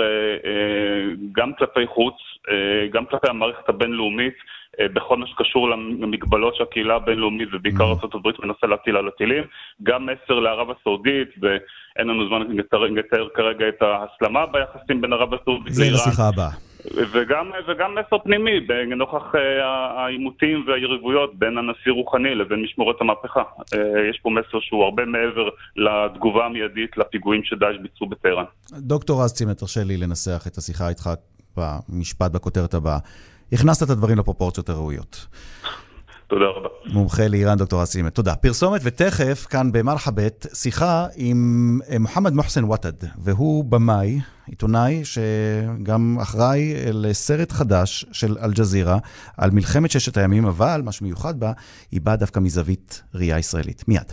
גם כלפי חוץ, גם כלפי המערכת הבינלאומית, בכל מה שקשור למגבלות של הקהילה הבינלאומית, ובעיקר ארצות הברית מנסה להטיל על הטילים, גם מסר לערב הסעודית, ואין לנו זמן לתאר כרגע את ההסלמה ביחסים בין ערב הסעודית לאיראן. זה לשיחה הבאה. וגם מסר פנימי, בנוכח העימותים והיריבויות בין הנשיא רוחני לבין משמורת המהפכה. יש פה מסר שהוא הרבה מעבר לתגובה המיידית לפיגועים שדאעש ביצעו בטהרן. דוקטור רז צימר, תרשה לי לנסח את השיחה איתך במשפט בכותרת הבאה. הכנסת את הדברים לפרופורציות הראויות. תודה רבה. מומחה לאיראן, דוקטור רז צימר. תודה. פרסומת ותכף, כאן במרחבת, שיחה עם מוחמד מוחסן וואטד, והוא במאי, עיתונאי שגם אחראי לסרט חדש של אל-ג'זירה, על מלחמת 6 הימים, אבל מה שמיוחד בה, היא באה דווקא מזווית ראייה ישראלית. מיד.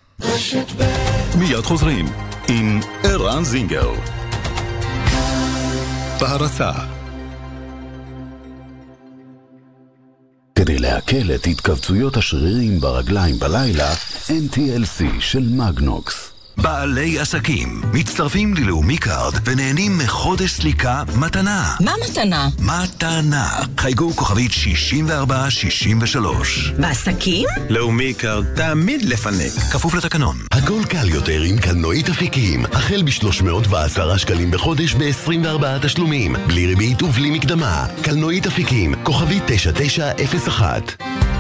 מיד חוזרים עם ערן זינגר. בהרצה. כדי להקל את התכווצויות השרירים ברגליים בלילה, NTLC של מגנוקס. בעלי עסקים מצטרפים ללאומי קארד ונהנים מחודש סליקה מתנה. מה מתנה? מתנה. חייגו כוכבית 6463. בעסקים? לאומי קארד תמיד לפנק. כפוף לתקנון. הכל קל יותר עם קלנועית אפיקים. החל ב-310 שקלים בחודש ב-24 תשלומים. בלי ריבית ובלי מקדמה. קלנועית אפיקים. כוכבית 9901.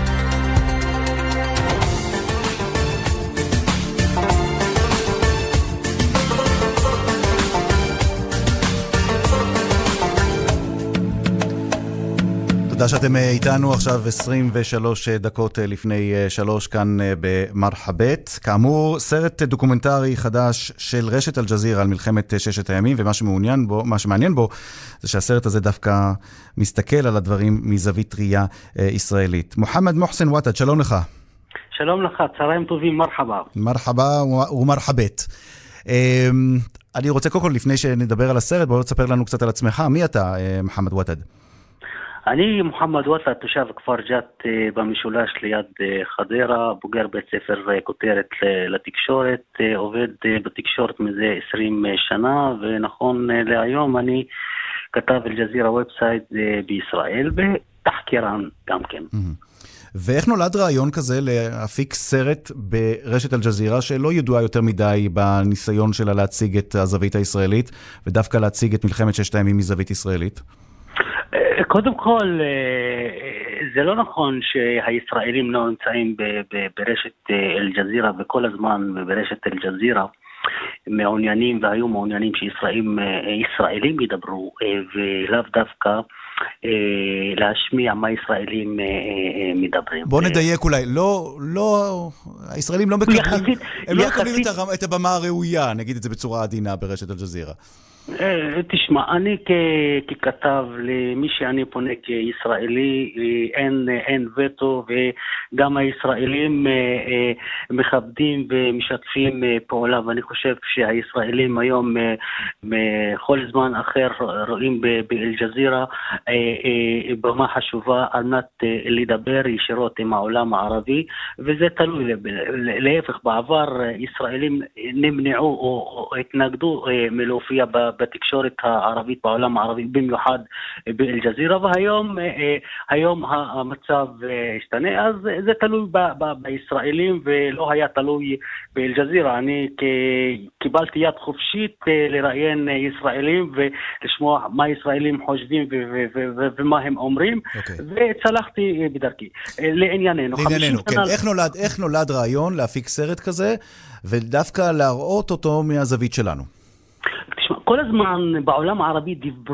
תודה שאתם איתנו עכשיו 23 דקות לפני 3 כאן במרחבת. כאמור, סרט דוקומנטרי חדש של רשת אל-ג'זירה על מלחמת 6 הימים, ומה שמעניין בו זה שהסרט הזה דווקא מסתכל על הדברים מזווית ראייה ישראלית. מוחמד מוחסן וואטד, שלום לך. שלום לך, צהריים טובים, מרחבה. מרחבה ומרחבת. אני רוצה קודם כל, לפני שנדבר על הסרט, בואו תספר לנו קצת על עצמך. מי אתה, מוחמד וואטד? אני מוחמד וואטד, תושב כפר ג'ת במשולש ליד חדרה, בוגר בית ספר כותרת לתקשורת, עובד בתקשורת מזה 20 שנה, ונכון להיום אני כתב אל-ג'זירה וובסייט בישראל, ותחקירן גם כן. ואיך נולד רעיון כזה להפיק סרט ברשת אל-ג'זירה, שלא ידועה יותר מדי בניסיון שלה להציג את הזווית הישראלית, ודווקא להציג את מלחמת 6 הימים מזווית ישראלית? קודם כל, זה לא נכון שהישראלים לא נמצאים ברשת אל-ג'זירה, וכל הזמן ברשת אל-ג'זירה מעוניינים, והיו מעוניינים שישראלים ידברו, ולאו דווקא להשמיע מה ישראלים מדברים. בוא נדייק אולי, הישראלים לא מקבלים, הם לא מקבלים את הבמה הראויה, נגיד את זה בצורה עדינה ברשת אל-ג'זירה. תשמע, אני ככתב, למי שאני פונה כישראלי, אין וטו, וגם הישראלים מכבדים ומשתפים פעולה, ואני חושב שהישראלים היום בכל זמן אחר רואים באל-ג'זירה במה חשובה על מנת לדבר ישירות עם העולם הערבי, וזה תלוי. להפך, בעבר ישראלים נמנעו או התנגדו מלהופיע בתקשורת הערבית בעולם הערבי, במיוחד באל-ג'זירה, והיום המצב השתנה, אז זה תלוי בישראלים ולא היה תלוי באל-ג'זירה. אני קיבלתי יד חופשית לראיין ישראלים ולשמוע מה ישראלים חושבים ומה הם אומרים, וצלחתי בדרכי. לענייננו, כן. איך נולד רעיון להפיק סרט כזה, ודווקא להראות אותו מהזווית שלנו? כל הזמן בעולם הערבי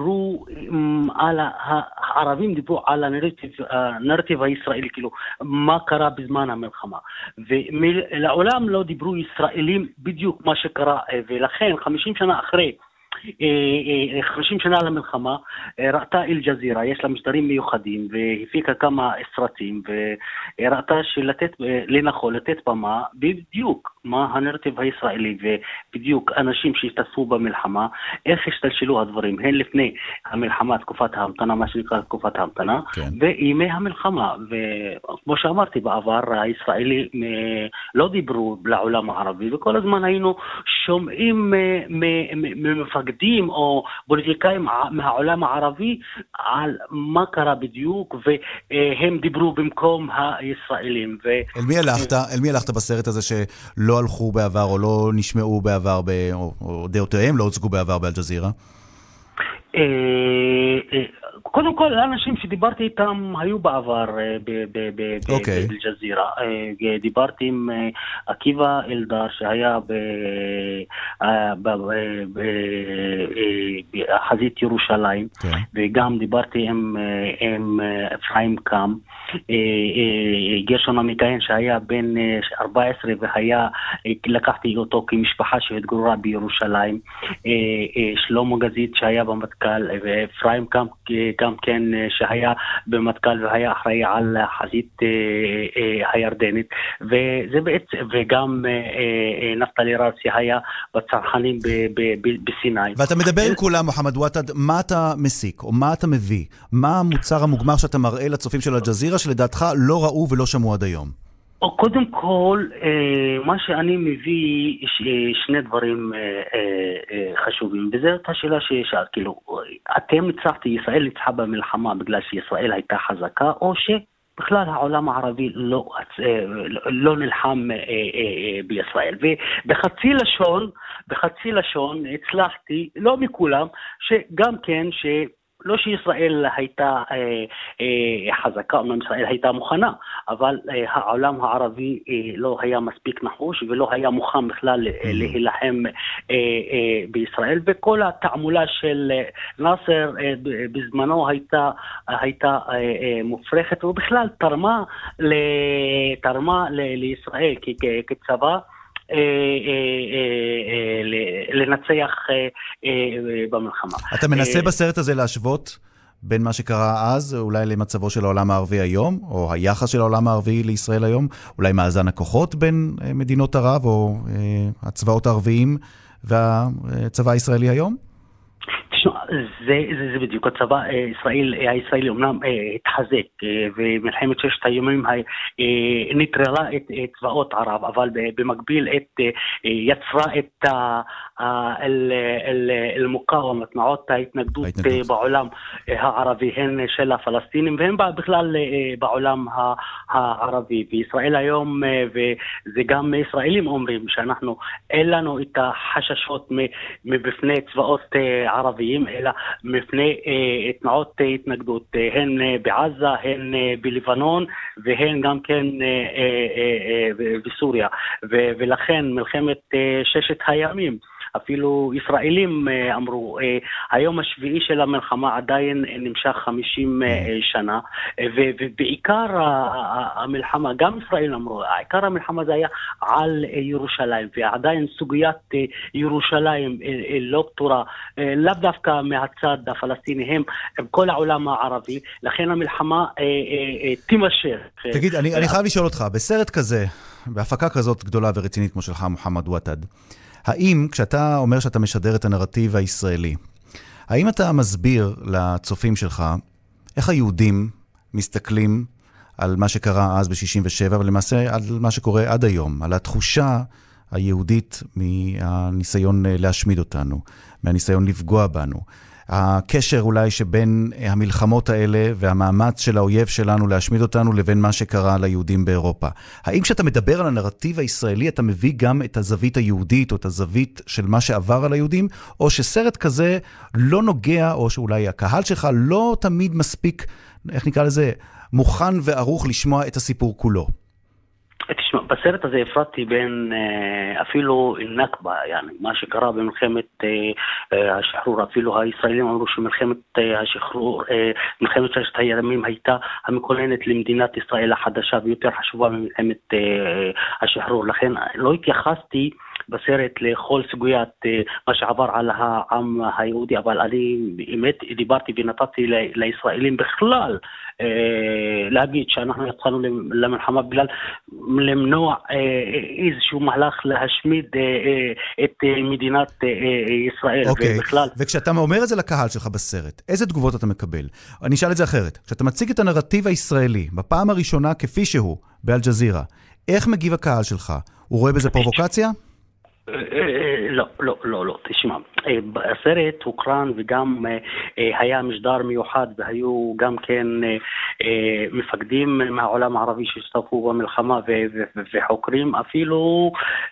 הערבים דיברו על הנרטיב הישראלי, כאילו, מה קרה בזמן המלחמה. ולעולם לא דיברו ישראלים בדיוק מה שקרה, ולכן 50 שנה אחרי, 50 שנה למלחמה, ראתה אל-ג'זירה, יש לה משדרים מיוחדים, והפיקה כמה סרטים, וראתה לנכון לתת במה בדיוק מה הנרטיב הישראלי, ובדיוק אנשים שהשתתפו במלחמה, איך השתלשלו הדברים, הן לפני המלחמה, תקופת ההמתנה, מה שנקרא תקופת ההמתנה, וימי המלחמה. וכמו שאמרתי בעבר, הישראלי לא דיברו לעולם הערבי, וכל הזמן היינו שומעים ממפקדים או פוליטיקאים מהעולם הערבי על מה קרה בדיוק, והם דיברו במקום הישראלים. אל מי הלכת בסרט הזה שלא הלכו בעבר או לא נשמעו בעבר, או דעותיהם לא הוצגו בעבר באל-ג'זירה? קודם כל, האנשים שדיברתי איתם היו בעבר באל-ג'זירה. דיברתי עם עקיבא אלדר שהיה בחזית ירושלים, וגם דיברתי עם אפרים קם, גרשון המכהן שהיה בן 14 לקחתי אותו כמשפחה שהתגוררה בירושלים, שלמה גזית שהיה במטכ"ל, ואפרים קם גם כן שהיה במטכ"ל והיה אחראי על החזית הירדנית, וגם נפתלי רץ שהיה בצנחנים בסיני. ואתה מדבר עם כולם, מוחמד וואטד, מה אתה מסיק או מה אתה מביא? מה המוצר המוגמר שאתה מראה לצופים של אל-ג'זירה שלדעתך לא ראו ולא שמעו עד היום? קודם כל, מה שאני מביא שני דברים חשובים, וזו אותה שאלה ששאלת, כאילו, אתם ניצחתי, ישראל ניצחה במלחמה בגלל שישראל הייתה חזקה, או שבכלל העולם הערבי לא נלחם בישראל. ובחצי לשון הצלחתי, לא מכולם, שגם כן לא שישראל הייתה חזקה, אומנם ישראל הייתה מוכנה, אבל העולם הערבי לא היה מספיק נחוש ולא היה מוכן בכלל להילחם בישראל, וכל התעמולה של נאסר בזמנו הייתה מופרכת, ובכלל תרמה לישראל כצבא לנצח במלחמה. אתה מנסה בסרט הזה להשוות בין מה שקרה אז, אולי למצבו של העולם הערבי היום, או היחס של העולם הערבי לישראל היום, אולי מאזן הכוחות בין מדינות ערב, או הצבאות הערביים והצבא הישראלי היום? זה בדיוק, הצבא הישראלי אומנם התחזק, ומלחמת ששת הימים נטרלה את צבאות ערב, אבל במקביל יצרה את אל-מוקאוומה, תנועות ההתנגדות בעולם הערבי, הן של הפלסטינים והן בכלל בעולם הערבי. וישראל היום, וזה גם ישראלים אומרים שאנחנו אין לנו את החששות מבפני צבאות ערביים, אלא מפני תנועות התנגדות, הן בעזה, הן בלבנון, והן גם כן בסוריה. ולכן מלחמת ששת הימים אפילו ישראלים אמרו, היום השביעי של המלחמה עדיין נמשך 50 שנה, ובעיקר המלחמה, גם ישראל אמרו, עיקר המלחמה זה היה על ירושלים, ועדיין סוגיית ירושלים לא פתורה, לאו דווקא מהצד הפלסטיני, הם עם כל העולם הערבי, לכן המלחמה תימשך. תגיד, אני חייב לשאול אותך, בסרט כזה, בהפקה כזאת גדולה ורצינית כמו שלך, מוחמד וואטד, האם כשאתה אומר שאתה משדר את הנרטיב הישראלי, האם אתה מסביר לצופים שלך איך היהודים מסתכלים על מה שקרה אז ב-67, ולמעשה על מה שקורה עד היום, על התחושה היהודית מהניסיון להשמיד אותנו, מהניסיון לפגוע בנו, הקשר אולי שבין המלחמות האלה והמאמץ של האויב שלנו להשמיד אותנו לבין מה שקרה ליהודים באירופה. האם כשאתה מדבר על הנרטיב הישראלי אתה מביא גם את הזווית היהודית או את הזווית של מה שעבר על היהודים, או שסרט כזה לא נוגע, או שאולי הקהל שלך לא תמיד מספיק, איך נקרא לזה, מוכן וערוך לשמוע את הסיפור כולו? תשמע, בסרט הזה הפרדתי בין אפילו נכבה, מה שקרה במלחמת השחרור, אפילו הישראלים אמרו שמלחמת השחרור, מלחמת ששת הימים הייתה המכוננת למדינת ישראל החדשה ויותר חשובה ממלחמת השחרור, לכן לא התייחסתי בסרט לכל סוגיית מה שעבר על העם היהודי, אבל אני באמת דיברתי ונתתי לישראלים בכלל להגיד שאנחנו יצאנו למלחמה בגלל למנוע איזשהו מהלך להשמיד את מדינת ישראל. ובכלל... וכשאתה אומר את זה לקהל שלך בסרט, איזה תגובות אתה מקבל? אני אשאל את זה אחרת. כשאתה מציג את הנרטיב הישראלי בפעם הראשונה כפי שהוא באל-ג'זירה, איך מגיב הקהל שלך? הוא רואה בזה פרובוקציה? לא, תשמע, הסרט הוקרן וגם היה משדר מיוחד והיו גם כן מפקדים מהעולם הערבי שהשתתפו במלחמה וחוקרים אפילו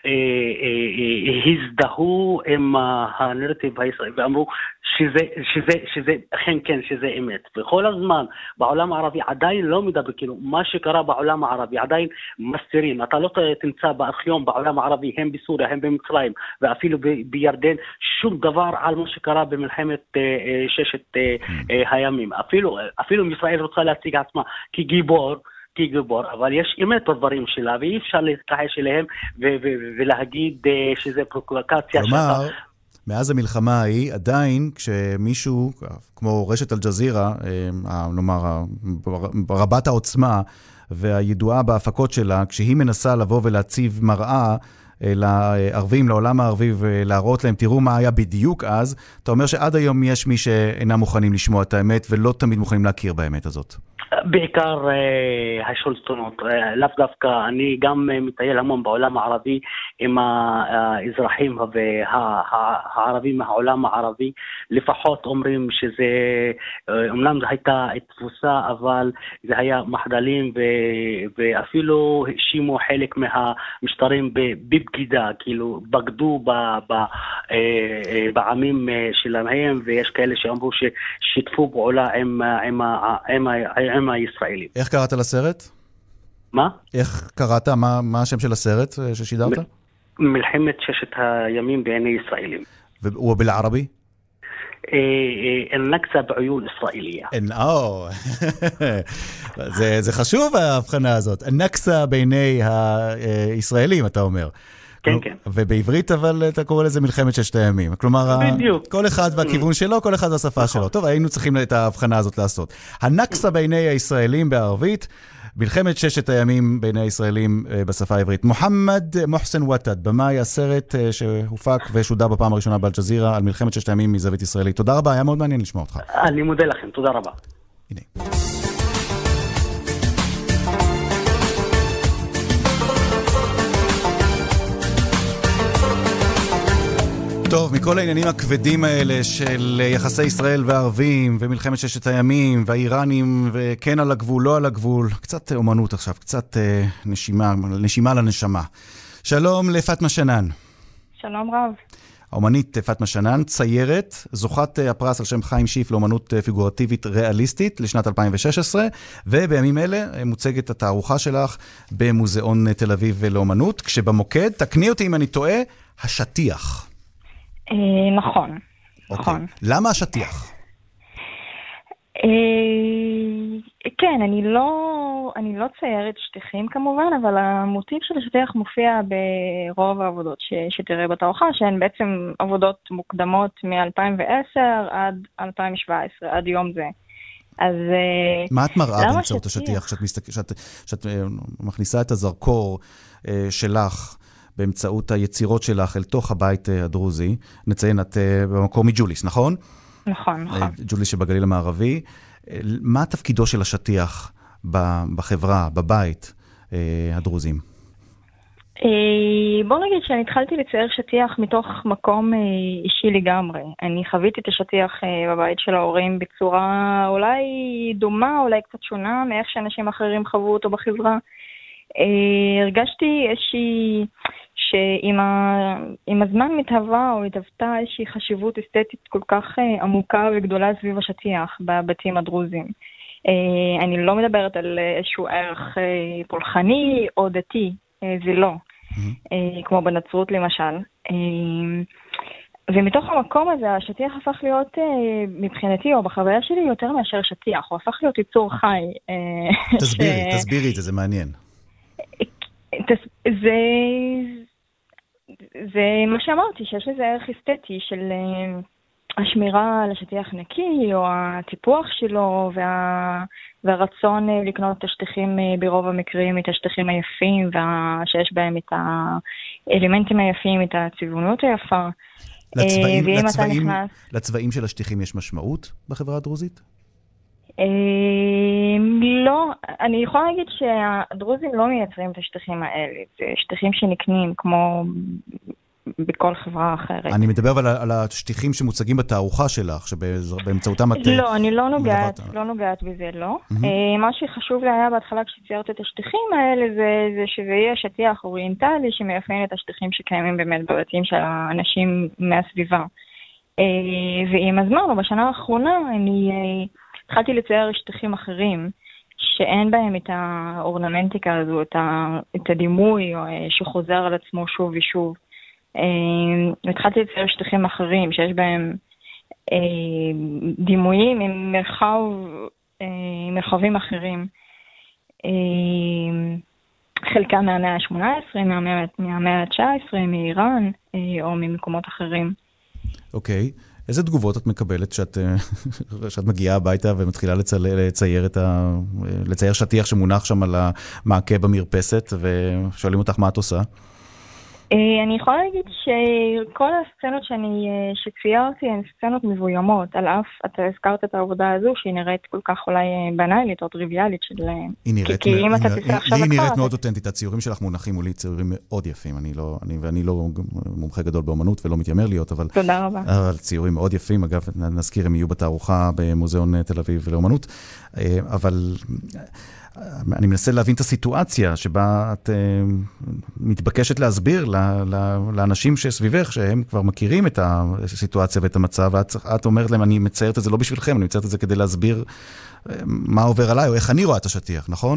הזדהו עם הנרטיב הישראלי ואמרו שזה אכן כן, שזה אמת. וכל הזמן בעולם הערבי עדיין לא מדבר, כאילו מה שקרה בעולם הערבי עדיין מסתירים, אתה לא תמצא בארכיון בעולם הערבי, הם בסוריה, הם במצרים ואפילו בירדן, שום דבר על מה שקרה במלחמת ששת הימים. אפילו ישראל רוצה להציג עצמה כגיבור, אבל יש אמת בדברים שלה ואי אפשר להתכחש אליהם ולהגיד שזה פרובוקציה. כלומר, מאז המלחמה ההיא, עדיין כשמישהו, כמו רשת אל-ג'זירה, נאמר, רבת העוצמה והידועה בהפקות שלה, כשהיא מנסה לבוא ולהציב מראה לערבים, לעולם הערבי, ולהראות להם, תראו מה היה בדיוק אז, אתה אומר שעד היום יש מי שאינם מוכנים לשמוע את האמת, ולא תמיד מוכנים להכיר באמת הזאת. בעיקר השולטונות, לאו דווקא, אני גם מטייל המון בעולם הערבי עם האזרחים והערבים מהעולם הערבי, לפחות אומרים שזה, אמנם זו הייתה תפוסה, אבל זה היה מחדלים ואפילו האשימו חלק מהמשטרים בבגידה, כאילו בגדו בעמים שלהם, ויש כאלה שאמרו ששיתפו פעולה עם הישראלים. איך קראת לסרט? מה? איך קראת? מה השם של הסרט ששידרת? מלחמת ששת הימים בעיני ישראלים. והוא בערבי? النكسة بعيون إسرائيلية. זה חשוב ההבחנה הזאת. הנכסה בעיני הישראלים, אתה אומר. כן, כן. ובעברית אבל אתה קורא לזה מלחמת ששת הימים. כלומר, כל אחד בכיוון שלו, כל אחד בשפה שלו. טוב, היינו צריכים את ההבחנה הזאת לעשות. הנכסה בעיני הישראלים בערבית, מלחמת ששת הימים בעיני הישראלים בשפה העברית. מוחמד מוחסן וואטד, במאי הסרט שהופק ושודר בפעם הראשונה באל-ג'זירה על מלחמת ששת הימים מזווית ישראלית. תודה רבה, היה מאוד מעניין לשמוע אותך. אני מודה לכם, תודה רבה. הנה. טוב, מכל העניינים הכבדים האלה של יחסי ישראל והערבים ומלחמת ששת הימים והאיראנים וכן על הגבול, לא על הגבול, קצת אומנות עכשיו, קצת נשימה לנשמה. שלום לפטמה שנן. שלום רב. האומנית פטמה שנן, ציירת, זוכת הפרס על שם חיים שיף לאומנות פיגורטיבית ריאליסטית לשנת 2016, ובימים אלה מוצגת התערוכה שלך במוזיאון תל אביב לאומנות, כשבמוקד, תקני אותי אם אני טועה, השטיח. נכון. נכון. למה השטיח? כן, אני לא ציירת שטיחים כמובן, אבל המוטיב של השטיח מופיע ברוב העבודות שתראה בתערוכה, שהן בעצם עבודות מוקדמות מ-2010 עד 2017, עד יום זה. אז מה את מראה באמצעות השטיח? שאת מכניסה את הזרקור שלך באמצעות היצירות שלך אל תוך הבית הדרוזי, נציין את במקור מג'וליס, נכון? נכון, נכון. ג'וליס שבגליל המערבי. מה תפקידו של השטיח בחברה, בבית הדרוזים? בוא נגיד שאני התחלתי לצייר שטיח מתוך מקום אישי לגמרי. אני חוויתי את השטיח בבית של ההורים בצורה אולי דומה, אולי קצת שונה מאיך שאנשים אחרים חוו אותו בחברה. הרגשתי איזושהי, שעם הזמן מתהווה או התהוותה איזושהי חשיבות אסתטית כל כך עמוקה וגדולה סביב השטיח בבתים הדרוזים. אני לא מדברת על איזשהו ערך פולחני או דתי, זה לא. כמו בנצרות למשל. ומתוך המקום הזה, השטיח הפך להיות, מבחינתי, או בחוויה שלי, יותר מאשר שטיח. הוא הפך להיות יצור חי. תסבירי את זה, זה מעניין. זה מה שאמרתי, שיש לזה ערך אסתטי של השמירה על השטיח נקי, או הטיפוח שלו, והרצון לקנות את השטיחים ברוב המקרים, את השטיחים היפים, שיש בהם את האלמנטים היפים, את הצבעונות היפה. לצבעים של השטיחים יש משמעות בחברה הדרוזית? לא, אני יכולה להגיד שהדרוזים לא מייצרים את השטיחים האלה, זה שטיחים שנקנים כמו בכל חברה אחרת. אני מדבר על השטיחים שמוצגים בתערוכה שלך, שבאמצעותם את... לא, אני לא נוגעת בזה, לא. מה שחשוב לי היה בהתחלה כשציירת את השטיחים האלה, זה שזה יהיה שטיח אוריינטלי שמאפיין את השטיחים שקיימים באמת בבתים של האנשים מהסביבה. ועם הזמן, או בשנה האחרונה, אני התחלתי לצייר שטיחים אחרים, שאין בהם את האורנמנטיקה הזו, את הדימוי שחוזר על עצמו שוב ושוב. התחלתי לצייר שטחים אחרים שיש בהם דימויים עם מרחבים אחרים, חלקם מהמאה ה-18, מהמאה ה-19, מאיראן או ממקומות אחרים. אוקיי. איזה תגובות את מקבלת שאת מגיעה הביתה ומתחילה לצייר שטיח שמונח שם על המעקה במרפסת ושואלים אותך מה את עושה? אני יכולה להגיד שכל הסצנות שציירתי הן סצנות מבוימות, על אף, אתה הזכרת את העבודה הזו שהיא נראית כל כך אולי בנאלית או טריוויאלית של... היא נראית מאוד אותנטית, הציורים שלך מונחים מולי ציורים מאוד יפים, ואני לא מומחה גדול באמנות ולא מתיימר להיות, אבל... תודה רבה. אבל ציורים מאוד יפים, אגב, נזכיר, הם יהיו בתערוכה במוזיאון תל אביב לאמנות, אבל... אני מנסה להבין את הסיטואציה שבה את מתבקשת להסביר לאנשים שסביבך, שהם כבר מכירים את הסיטואציה ואת המצב, ואת אומרת להם, אני מציירת את זה לא בשבילכם, אני מציירת את זה כדי להסביר מה עובר עליי, או איך אני רואה את השטיח, נכון?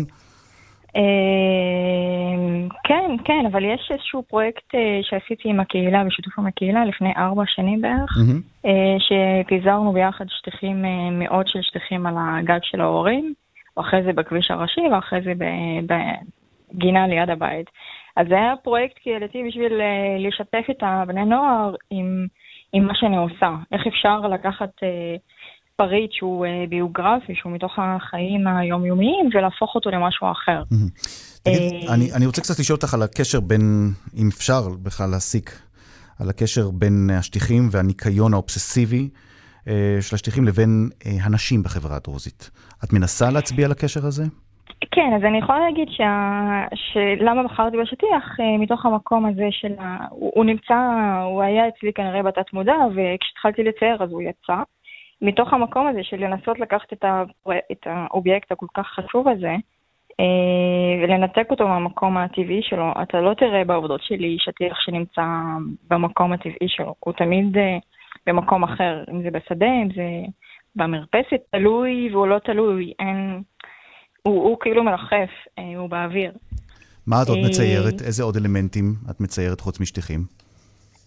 כן, כן, אבל יש איזשהו פרויקט שעשיתי עם הקהילה, בשיתוף עם הקהילה, לפני 4 שנים בערך, שפיזרנו ביחד שטיחים, מאות של שטיחים על הגג של ההורים, ואחרי זה בכביש הראשי, ואחרי זה בגינה ליד הבית. אז זה היה פרויקט קהילתי בשביל לשתף את הבני נוער עם מה שאני עושה. איך אפשר לקחת פריט שהוא ביוגרפי, שהוא מתוך החיים היומיומיים, ולהפוך אותו למשהו אחר. תגיד, אני רוצה קצת לשאול אותך על הקשר בין, אם אפשר בכלל להסיק, על הקשר בין השטיחים והניקיון האובססיבי, של השטיחים לבין הנשים בחברה הדרוזית. את מנסה להצביע על הקשר הזה? כן, אז אני יכולה להגיד שלמה בחרתי בשטיח, מתוך המקום הזה של... הוא היה אצלי כנראה בתת מודע, וכשהתחלתי לצייר אז הוא יצא. מתוך המקום הזה של לנסות לקחת את האובייקט הכל כך חשוב הזה, ולנתק אותו מהמקום הטבעי שלו. אתה לא תראה בעבודות שלי שטיח שנמצא במקום הטבעי שלו. הוא תמיד... במקום אחר, אם זה בשדה, אם זה במרפסת, תלוי והוא לא תלוי, הוא כאילו מרחף, הוא באוויר. מה את עוד מציירת? איזה עוד אלמנטים את מציירת חוץ משטיחים?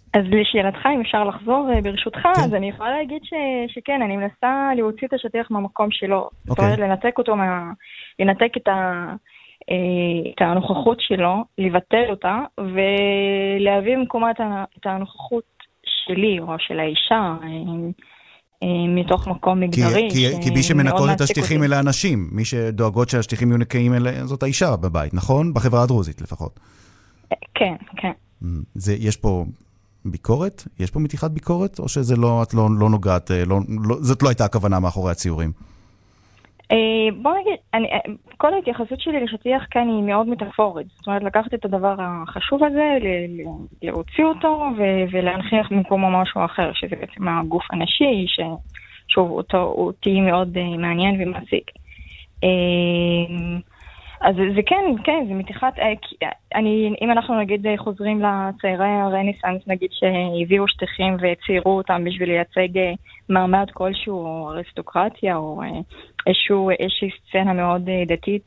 אז לשאלתך, אם אפשר לחזור ברשותך, כן. אז אני יכולה להגיד שכן, אני מנסה להוציא את השטיח מהמקום שלו. זאת אומרת, לנתק את הנוכחות שלו, לבטל אותה, ולהביא במקומה את הנוכחות שלי, או של האישה, מתוך מקום מגדרי. כי מי שמנקות את השטיחים אלה אנשים, מי שדואגות שהשטיחים יהיו נקיים אלה, זאת האישה בבית, נכון? בחברה הדרוזית לפחות. כן, כן. יש פה ביקורת? יש פה מתיחת ביקורת? או שזה לא, את לא נוגעת, זאת לא הייתה הכוונה מאחורי הציורים? בוא נגיד, כל ההתייחסות שלי לשטיח כאן היא מאוד מטאפורית. זאת אומרת, לקחת את הדבר החשוב הזה, להוציא אותו ולהנחיח במקומו משהו אחר, שזה בעצם הגוף הנשי, ששוב, אותי מאוד מעניין ומעסיק. אז זה כן, זה מתיחת, אם אנחנו נגיד חוזרים לצעירי הרנסנס, נגיד שהביאו שטיחים וציירו אותם בשביל לייצג מעמד כלשהו, או אריסטוקרטיה, או איזושהי סצנה מאוד דתית,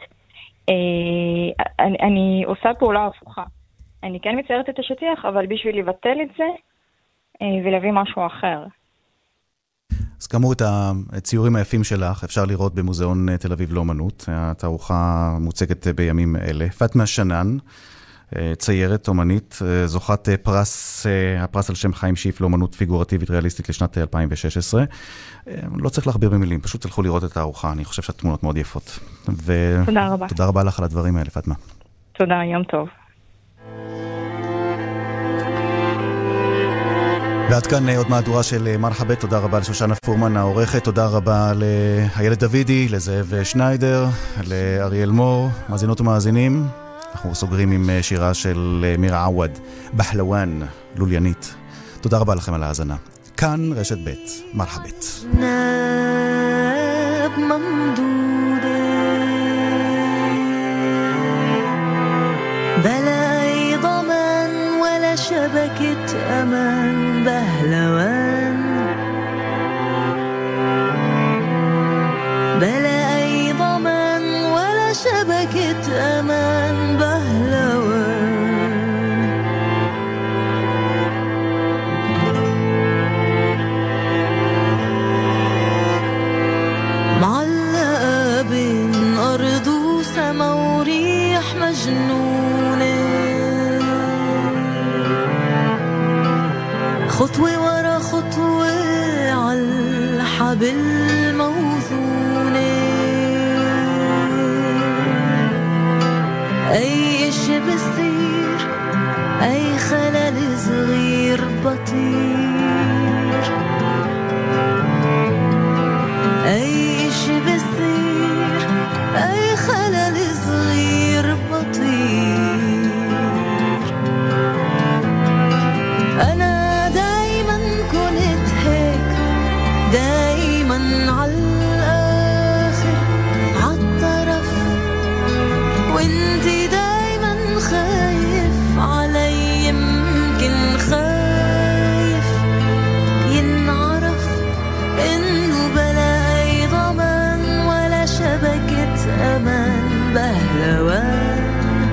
אני עושה פעולה הפוכה. אני כן מציירת את השטיח, אבל בשביל לבטל את זה ולהביא משהו אחר. אז כאמור, את הציורים היפים שלך אפשר לראות במוזיאון תל אביב לאומנות. התערוכה מוצגת בימים אלה. פאטמה שנאן, ציירת, אומנית, זוכת הפרס על שם חיים שיף לאומנות פיגורטיבית ריאליסטית לשנת 2016. לא צריך להכביר במילים, פשוט תלכו לראות את התערוכה. אני חושב שהתמונות מאוד יפות. תודה רבה. תודה רבה לך על הדברים האלה, פאטמה. תודה, יום טוב. ועד כאן עוד מהדורה של מרחבת. תודה רבה לשושנה פורמן העורכת, תודה רבה לאיילת דוידי, לזאב שניידר, לאריאל מור. מאזינות ומאזינים, אנחנו סוגרים עם שירה של מירה עווד, בחלואן, לוליינית. תודה רבה לכם על ההאזנה. כאן רשת ב' מרחבת. ناب ممدودة بلا أي ضمان ولا شبكة أمان بهلوان بلا أي ضمان ولا شبكة أمان بهلوان معلقة بين أرض وسما وريح مجنونة خطوة ورا خطوة عالحبل موزونة أي إشي بصير أي خلل صغير بطير أي إشي بصير أي خلل صغير بطير أنا دايما كنت هيك دايما عالآخر عالطرف وانتي دايما خايف علي يمكن خايف ينعرف إنه بلا أي ضمان ولا شبكة أمان بهلوان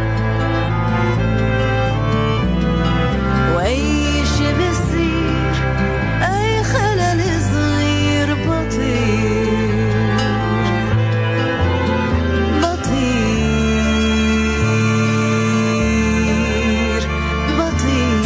وأي شي بصير أي خلل صغير بطير بطير بطير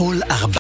בכל 4